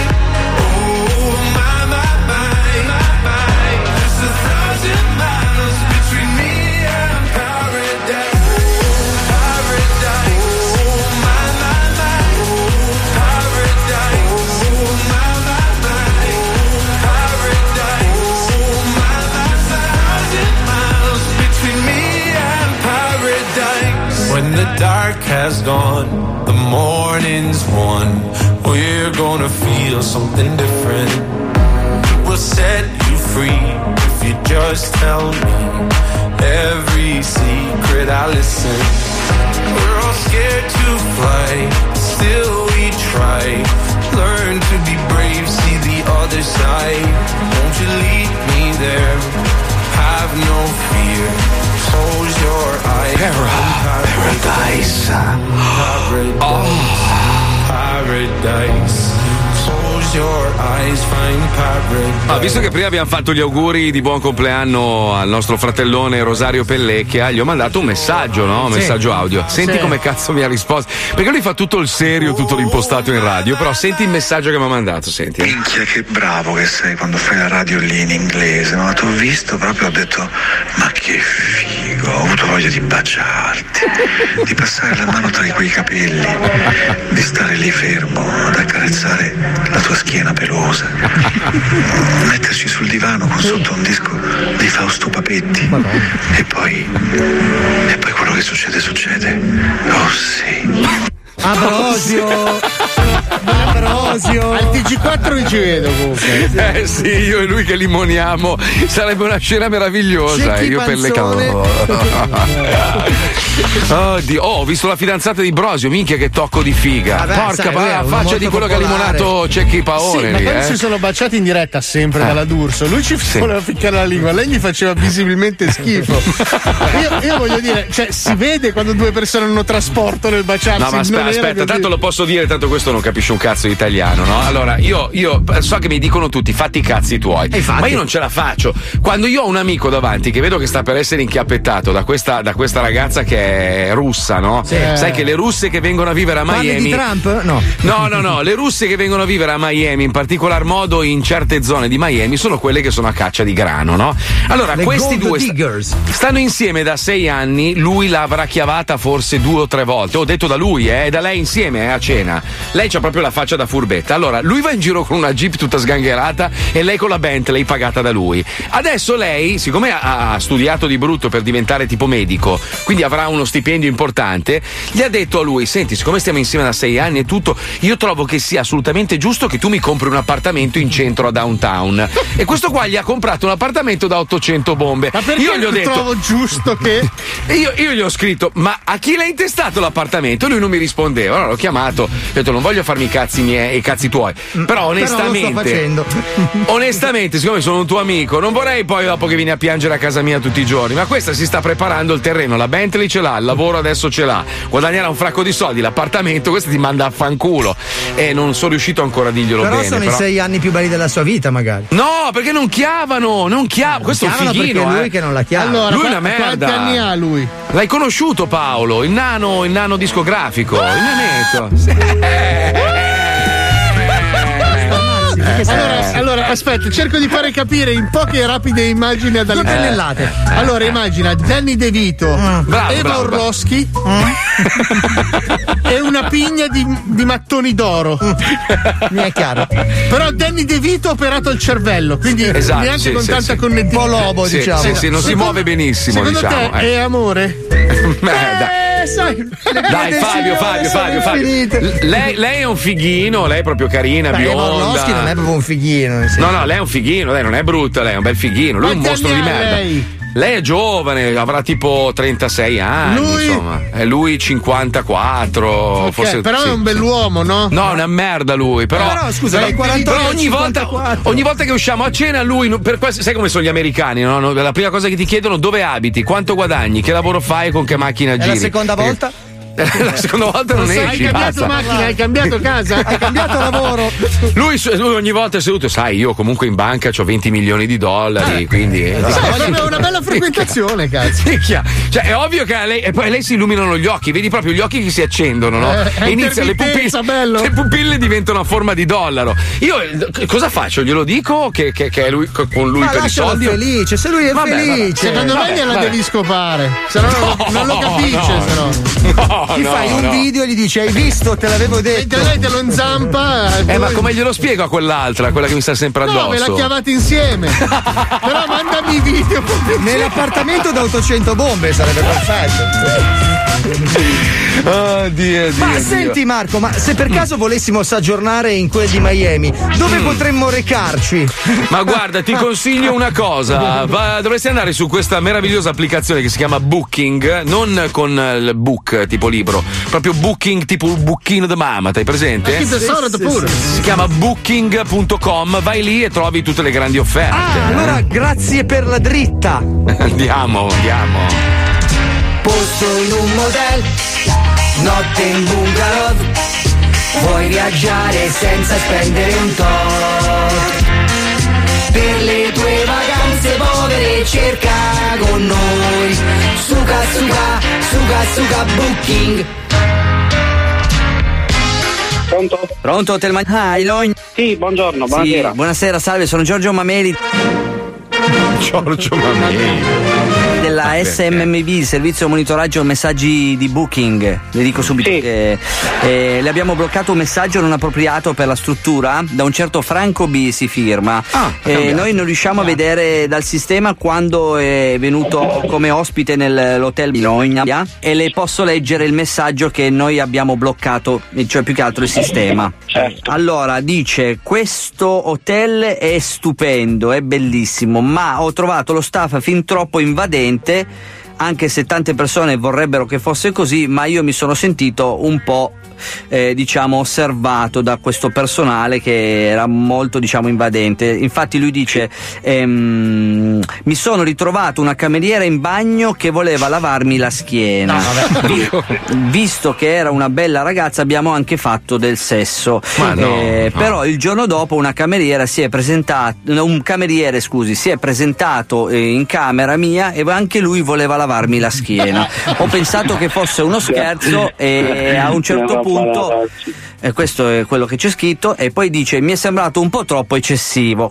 When the dark has gone, the morning's won. We're gonna feel something different. We'll set you free if you just tell me every secret I listen. We're all scared to fly, still we try. Learn to be brave, see the other side. Won't you lead me there? Have no fear. Close your eyes. Paradise. Paradise. Close your eyes, find paradise. Visto che prima abbiamo fatto gli auguri di buon compleanno al nostro fratellone Rosario Pellecchia, gli ho mandato un messaggio, no? Un messaggio audio. Senti come cazzo mi ha risposto. Perché lui fa tutto il serio, tutto l'impostato in radio, però senti il messaggio che mi ha mandato, senti. Minchia, che bravo che sei quando fai la radio lì in inglese, ma ti ho visto proprio, ho detto, ma che figo, ho avuto voglia di baciarti, di passare la mano tra i quei capelli, di stare lì fermo, ad accarezzare la tua schiena pelosa, metterci sul divano con sotto un disco di Fausto Papetti e poi quello che succede. Oh sì. Ambrosio! Al TG4 ci vedo comunque. Sì, io e lui che limoniamo, sarebbe una scena meravigliosa. Io per le Oddio, ho visto la fidanzata di Brosio, minchia che tocco di figa. Vabbè, porca sai, la faccia di quello che ha limonato Cecchi Paone. Sì, ma lì, quando si sono baciati in diretta sempre dalla D'Urso, lui ci voleva ficcare la lingua, lei gli faceva visibilmente schifo. Io voglio dire, cioè, si vede quando due persone hanno trasporto nel baciarsi. No, ma aspetta, tanto lo posso dire, tanto questo non capisce un cazzo di italiano, no? Allora, io so che mi dicono tutti, fatti i cazzi tuoi, ma io non ce la faccio. Quando io ho un amico davanti che vedo che sta per essere inchiappettato da questa ragazza che è russa, no? Sì. Sai che le russe che vengono a vivere a Parli Miami. di Trump? No. No, le russe che vengono a vivere a Miami, in particolar modo in certe zone di Miami, sono quelle che sono a caccia di grano, no? Allora, Le questi gold due diggers. stanno insieme da 6 anni, lui l'avrà chiavata forse 2 o 3 volte. Ho detto da lui, e da lei insieme a cena. Lei c'ha proprio la faccia da furbetta. Allora, lui va in giro con una Jeep tutta sgangherata e lei con la Bentley pagata da lui. Adesso lei, siccome ha studiato di brutto per diventare tipo medico, quindi avrà uno stipendio importante, gli ha detto a lui: senti, siccome stiamo insieme da 6 anni e tutto, io trovo che sia assolutamente giusto che tu mi compri un appartamento in centro a downtown. E questo qua gli ha comprato un appartamento da 800 bombe. Ma perché io gli ho detto, trovo giusto che io gli ho scritto: ma a chi l'hai intestato l'appartamento? Lui non mi rispondeva. Allora l'ho chiamato, ho detto: non voglio farmi i cazzi miei e i cazzi tuoi, però onestamente, siccome sono un tuo amico, non vorrei poi dopo che vieni a piangere a casa mia tutti i giorni. Ma questa si sta preparando il terreno, la Bentley ce l'ha, il lavoro adesso ce l'ha, guadagnerà un fracco di soldi, l'appartamento, questo ti manda a fanculo. E non sono riuscito ancora a dirglielo però bene. Sono i 6 anni più belli della sua vita, magari. No, perché non chiavano. Questo è un fighino, perché lui che non la chiama. Allora, lui è una merda. Quanti anni ha lui? L'hai conosciuto, Paolo? Il nano discografico, il nanetto. Allora, aspetta, cerco di fare capire in poche e rapide immagini ad Due pennellate. Allora, immagina Danny De Vito, Eva Orlowski e una pigna di mattoni d'oro. Mi è chiaro. Però Danny De Vito ha operato il cervello, quindi esatto, neanche con tanta connettività. Un po' lobo, diciamo. Sì, non si muove benissimo, secondo diciamo. te è amore? Dai, Fabio. Lei è un fighino, lei è proprio carina, bionda. Orlowski non è proprio un fighino. No, lei è un fighino, lei non è brutta, lei è un bel fighino. Lui è un mostro di merda. Lei è giovane, avrà tipo 36 anni, insomma. E lui 54, okay, forse. Però sì, è un bell'uomo, no? No, è una merda lui. Però scusa, lei 48, ogni volta che usciamo a cena, lui, sai come sono gli americani, no? La prima cosa che ti chiedono: dove abiti, quanto guadagni, che lavoro fai e con che macchina giri. E la seconda volta? La seconda volta non esci. Hai cambiato macchina, hai cambiato casa, hai cambiato lavoro. Lui ogni volta è seduto, sai, io comunque in banca ho 20 milioni di dollari, quindi una bella frequentazione, cazzo. Cioè è ovvio che a lei, e poi a lei si illuminano gli occhi, vedi proprio gli occhi che si accendono, no? E inizia le pupille diventano a forma di dollaro. Io cosa faccio? Glielo dico che è lui con lui per i soldi? Felice, se lui è felice. Secondo me gliela devi scopare, se no non lo capisce, se no. Gli fai un video e gli dici: hai visto, te l'avevo detto. E lei te lo inzampa. Ma come glielo spiego a quell'altra, quella che mi sta sempre addosso? No, ve la chiavate insieme. Però mandami i video. Nell'appartamento da 800 bombe sarebbe perfetto. Oh, Dio. Senti Marco, ma se per caso volessimo soggiornare in quel di Miami, dove potremmo recarci? Ma guarda, ti consiglio una cosa. Dovresti andare su questa meravigliosa applicazione che si chiama Booking, non con il book tipo libro, proprio Booking tipo il bucchino di mamma, hai presente? Si chiama booking.com, vai lì e trovi tutte le grandi offerte. Allora grazie per la dritta. Andiamo. Posto in un motel, notte in bungalow, vuoi viaggiare senza spendere un tot. Per le tue vacanze povere cerca con noi Suga Booking. Pronto Hotel Miami? Sì, buongiorno, buonasera. Sì, buonasera, salve, sono Giorgio Mameli. Della SMMB, servizio monitoraggio messaggi di Booking. Le dico subito che le abbiamo bloccato un messaggio non appropriato per la struttura da un certo Franco B si firma. Noi non riusciamo a vedere dal sistema quando è venuto come ospite nell'hotel Bologna e le posso leggere il messaggio che noi abbiamo bloccato, cioè più che altro il sistema. Certo. Allora dice: questo hotel è stupendo, è bellissimo, ma ho trovato lo staff fin troppo invadente anche se tante persone vorrebbero che fosse così, ma io mi sono sentito un po' diciamo osservato da questo personale che era molto, diciamo, invadente. Infatti lui dice mi sono ritrovato una cameriera in bagno che voleva lavarmi la schiena. Visto che era una bella ragazza abbiamo anche fatto del sesso. Però il giorno dopo un cameriere si è presentato in camera mia e anche lui voleva lavarmi la schiena. Ho pensato che fosse uno scherzo e a un certo punto, questo è quello che c'è scritto, e poi dice mi è sembrato un po' troppo eccessivo.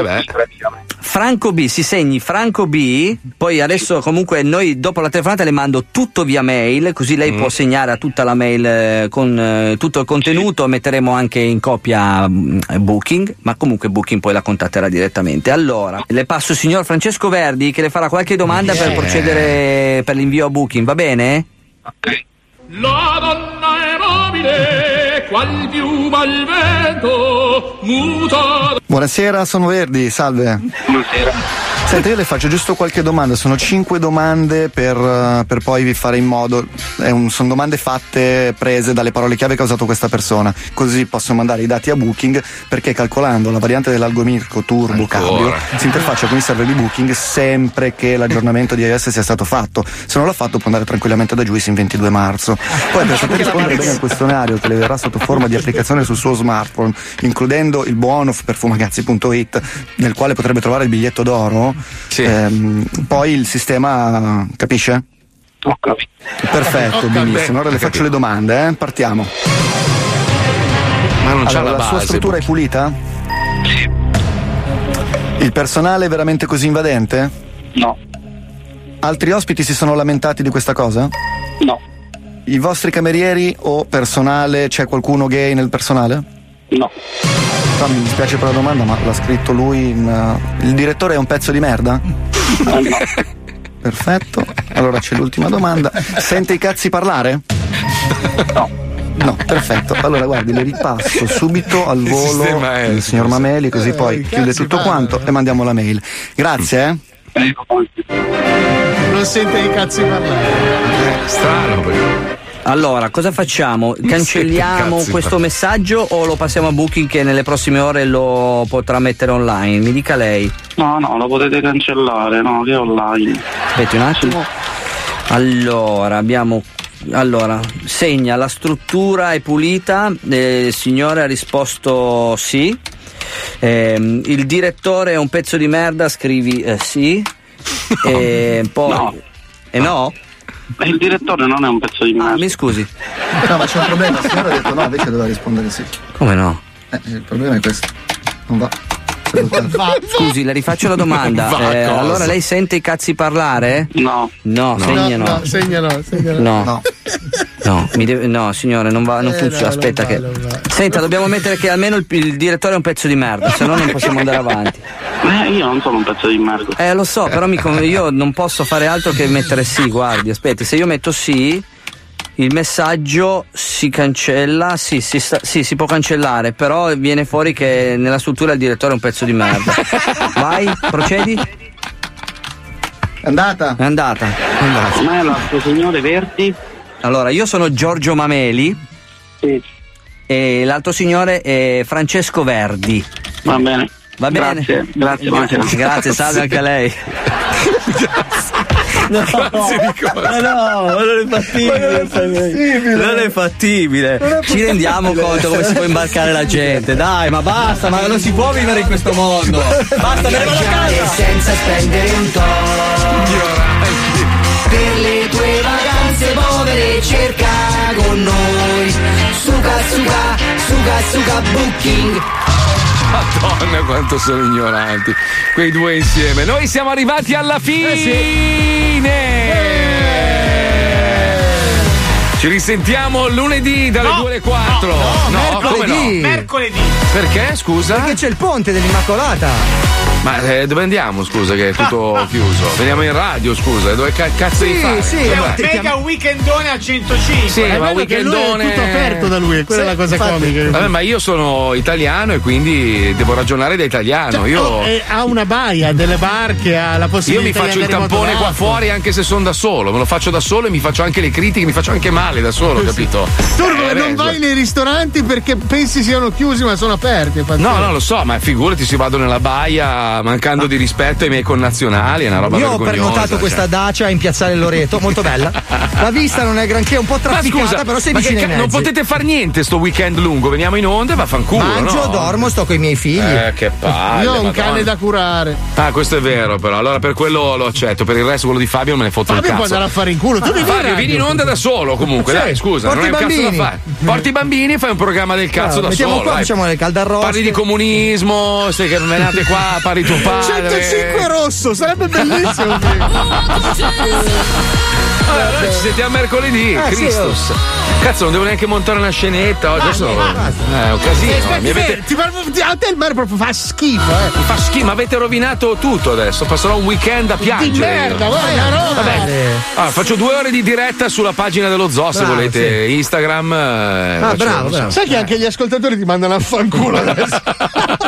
Franco B, si segni Franco B, poi adesso comunque noi dopo la telefonata le mando tutto via mail, così lei può segnare a tutta la mail con tutto il contenuto, metteremo anche in copia Booking, ma comunque Booking poi la contatterà direttamente. Allora, le passo signor Francesco Verdi che le farà qualche domanda per procedere per l'invio a Booking, va bene? Ok. La donna è mobile, qual piuma al vento, muta. Buonasera, sono Verdi, salve. Buonasera. Senta, io le faccio giusto qualche domanda, sono 5 domande per poi fare in modo, sono domande fatte, prese dalle parole chiave che ha usato questa persona, così posso mandare i dati a Booking, perché calcolando la variante dell'algoritmo Turbo Cambio si interfaccia con il server di Booking sempre che l'aggiornamento di iOS sia stato fatto. Se non l'ha fatto può andare tranquillamente da Juice in 22 marzo. Poi per saper rispondere bene al questionario che le verrà sotto forma di applicazione sul suo smartphone, includendo il buono per fumagazzi.it, nel quale potrebbe trovare il biglietto d'oro, poi il sistema capisce? Ho capito. Perfetto, benissimo. Ora le faccio le domande, partiamo. Ma non c'è la sua struttura è pulita? Sì. Il personale è veramente così invadente? No. Altri ospiti si sono lamentati di questa cosa? No. I vostri camerieri o personale, c'è qualcuno gay nel personale? No. Mi dispiace per la domanda, ma l'ha scritto lui il direttore è un pezzo di merda? No. Perfetto. Allora c'è l'ultima domanda. Sente i cazzi parlare? No. No, perfetto. Allora guardi, le ripasso subito al volo il signor Mameli, così poi chiude tutto quanto e mandiamo la mail. Grazie, Non sente i cazzi parlare. Strano perché. Allora, cosa facciamo? Cancelliamo questo messaggio o lo passiamo a Booking che nelle prossime ore lo potrà mettere online? Mi dica lei. No, lo potete cancellare, no, che è online. Aspetti un attimo. Allora, segna la struttura è pulita, il signore ha risposto sì. Il direttore è un pezzo di merda, scrivi sì. Poi no? Il direttore non è un pezzo di merda. Mi scusi. No, ma c'è un problema, il signore ha detto no, invece doveva rispondere sì. Come no? Il problema è questo. Non va. Scusi, le rifaccio la domanda. Allora lei sente i cazzi parlare? No. No, segna no. Segnalo. No, signore, non funziona. Aspetta che. Senta, dobbiamo mettere che almeno il direttore è un pezzo di merda, se no non possiamo andare avanti. Io non sono un pezzo di merda. Lo so, però io non posso fare altro che mettere sì, guardi, aspetti, se io metto sì, il messaggio si cancella, sì, si può cancellare, però viene fuori che nella struttura il direttore è un pezzo di merda. Vai, procedi. È andata. Com'è l'altro signore Verdi? Allora, io sono Giorgio Mameli. Sì. E l'altro signore è Francesco Verdi. Va bene. Va bene. Grazie, salve anche a lei. No, non è fattibile. Ci rendiamo conto come si può imbarcare la gente. Dai, ma basta, ma non si può vivere in questo mondo. Basta, me ne vado a casa senza spendere un per le tue vacanze povere cerca con noi Suga Booking. Madonna quanto sono ignoranti quei due insieme. Noi siamo arrivati alla fine. Ci risentiamo lunedì dalle 2 alle 4. No, mercoledì. Mercoledì. Perché, scusa? Perché c'è il ponte dell'Immacolata. Ma dove andiamo, scusa, che è tutto chiuso? Veniamo in radio, scusa, dove cazzo devi fare? È un mega weekendone a 105. Sì, ma weekendone. È tutto aperto da lui, quella è la cosa comica. Vabbè, ma io sono italiano e quindi devo ragionare da italiano. Ha una baia, delle barche, ha la possibilità. Io mi faccio il tampone qua fuori anche se sono da solo, me lo faccio da solo e mi faccio anche le critiche, mi faccio anche male da solo, capito? Tu non vai nei ristoranti perché pensi siano chiusi ma sono aperti. No, non lo so, ma figurati se vado nella baia mancando di rispetto ai miei connazionali, è una roba vergognosa. Io ho prenotato questa Dacia in Piazzale Loreto, molto bella. La vista non è granché, un po' trafficata, scusa, però sei vicino ai mezzi. Non potete far niente sto weekend lungo, veniamo in onda e vaffanculo. Mangio, no? dormo, sto con i miei figli. Che palle. Io ho un Madonna. cane da curare. Ah, questo è vero, però. Allora per quello lo accetto, per il resto quello di Fabio me ne fotto un Fabio cazzo. può andare a fare in culo. Tu Fabio, vieni in onda da solo comunque, dai, scusa, porti non è un cazzo bambini. da fare. Porti i bambini e fai un programma del cazzo da mettiamo solo. qua, dai. facciamo le caldarroste. Parli di comunismo, sei che venate qua, parli tuo padre. 105 rosso, sarebbe bellissimo. Allora ci sentiamo mercoledì, Christus. Sì, Cazzo, non devo neanche montare una scenetta oggi. È un casino. A te il mare proprio fa schifo, Mi fa schifo, ma avete rovinato tutto adesso. Passerò un weekend a piangere. Di merda, guarda, roba. Vabbè. Allora, faccio 2 ore di diretta sulla pagina dello Zoo, se volete. Instagram. Bravo. Sai che anche gli ascoltatori ti mandano a fanculo adesso.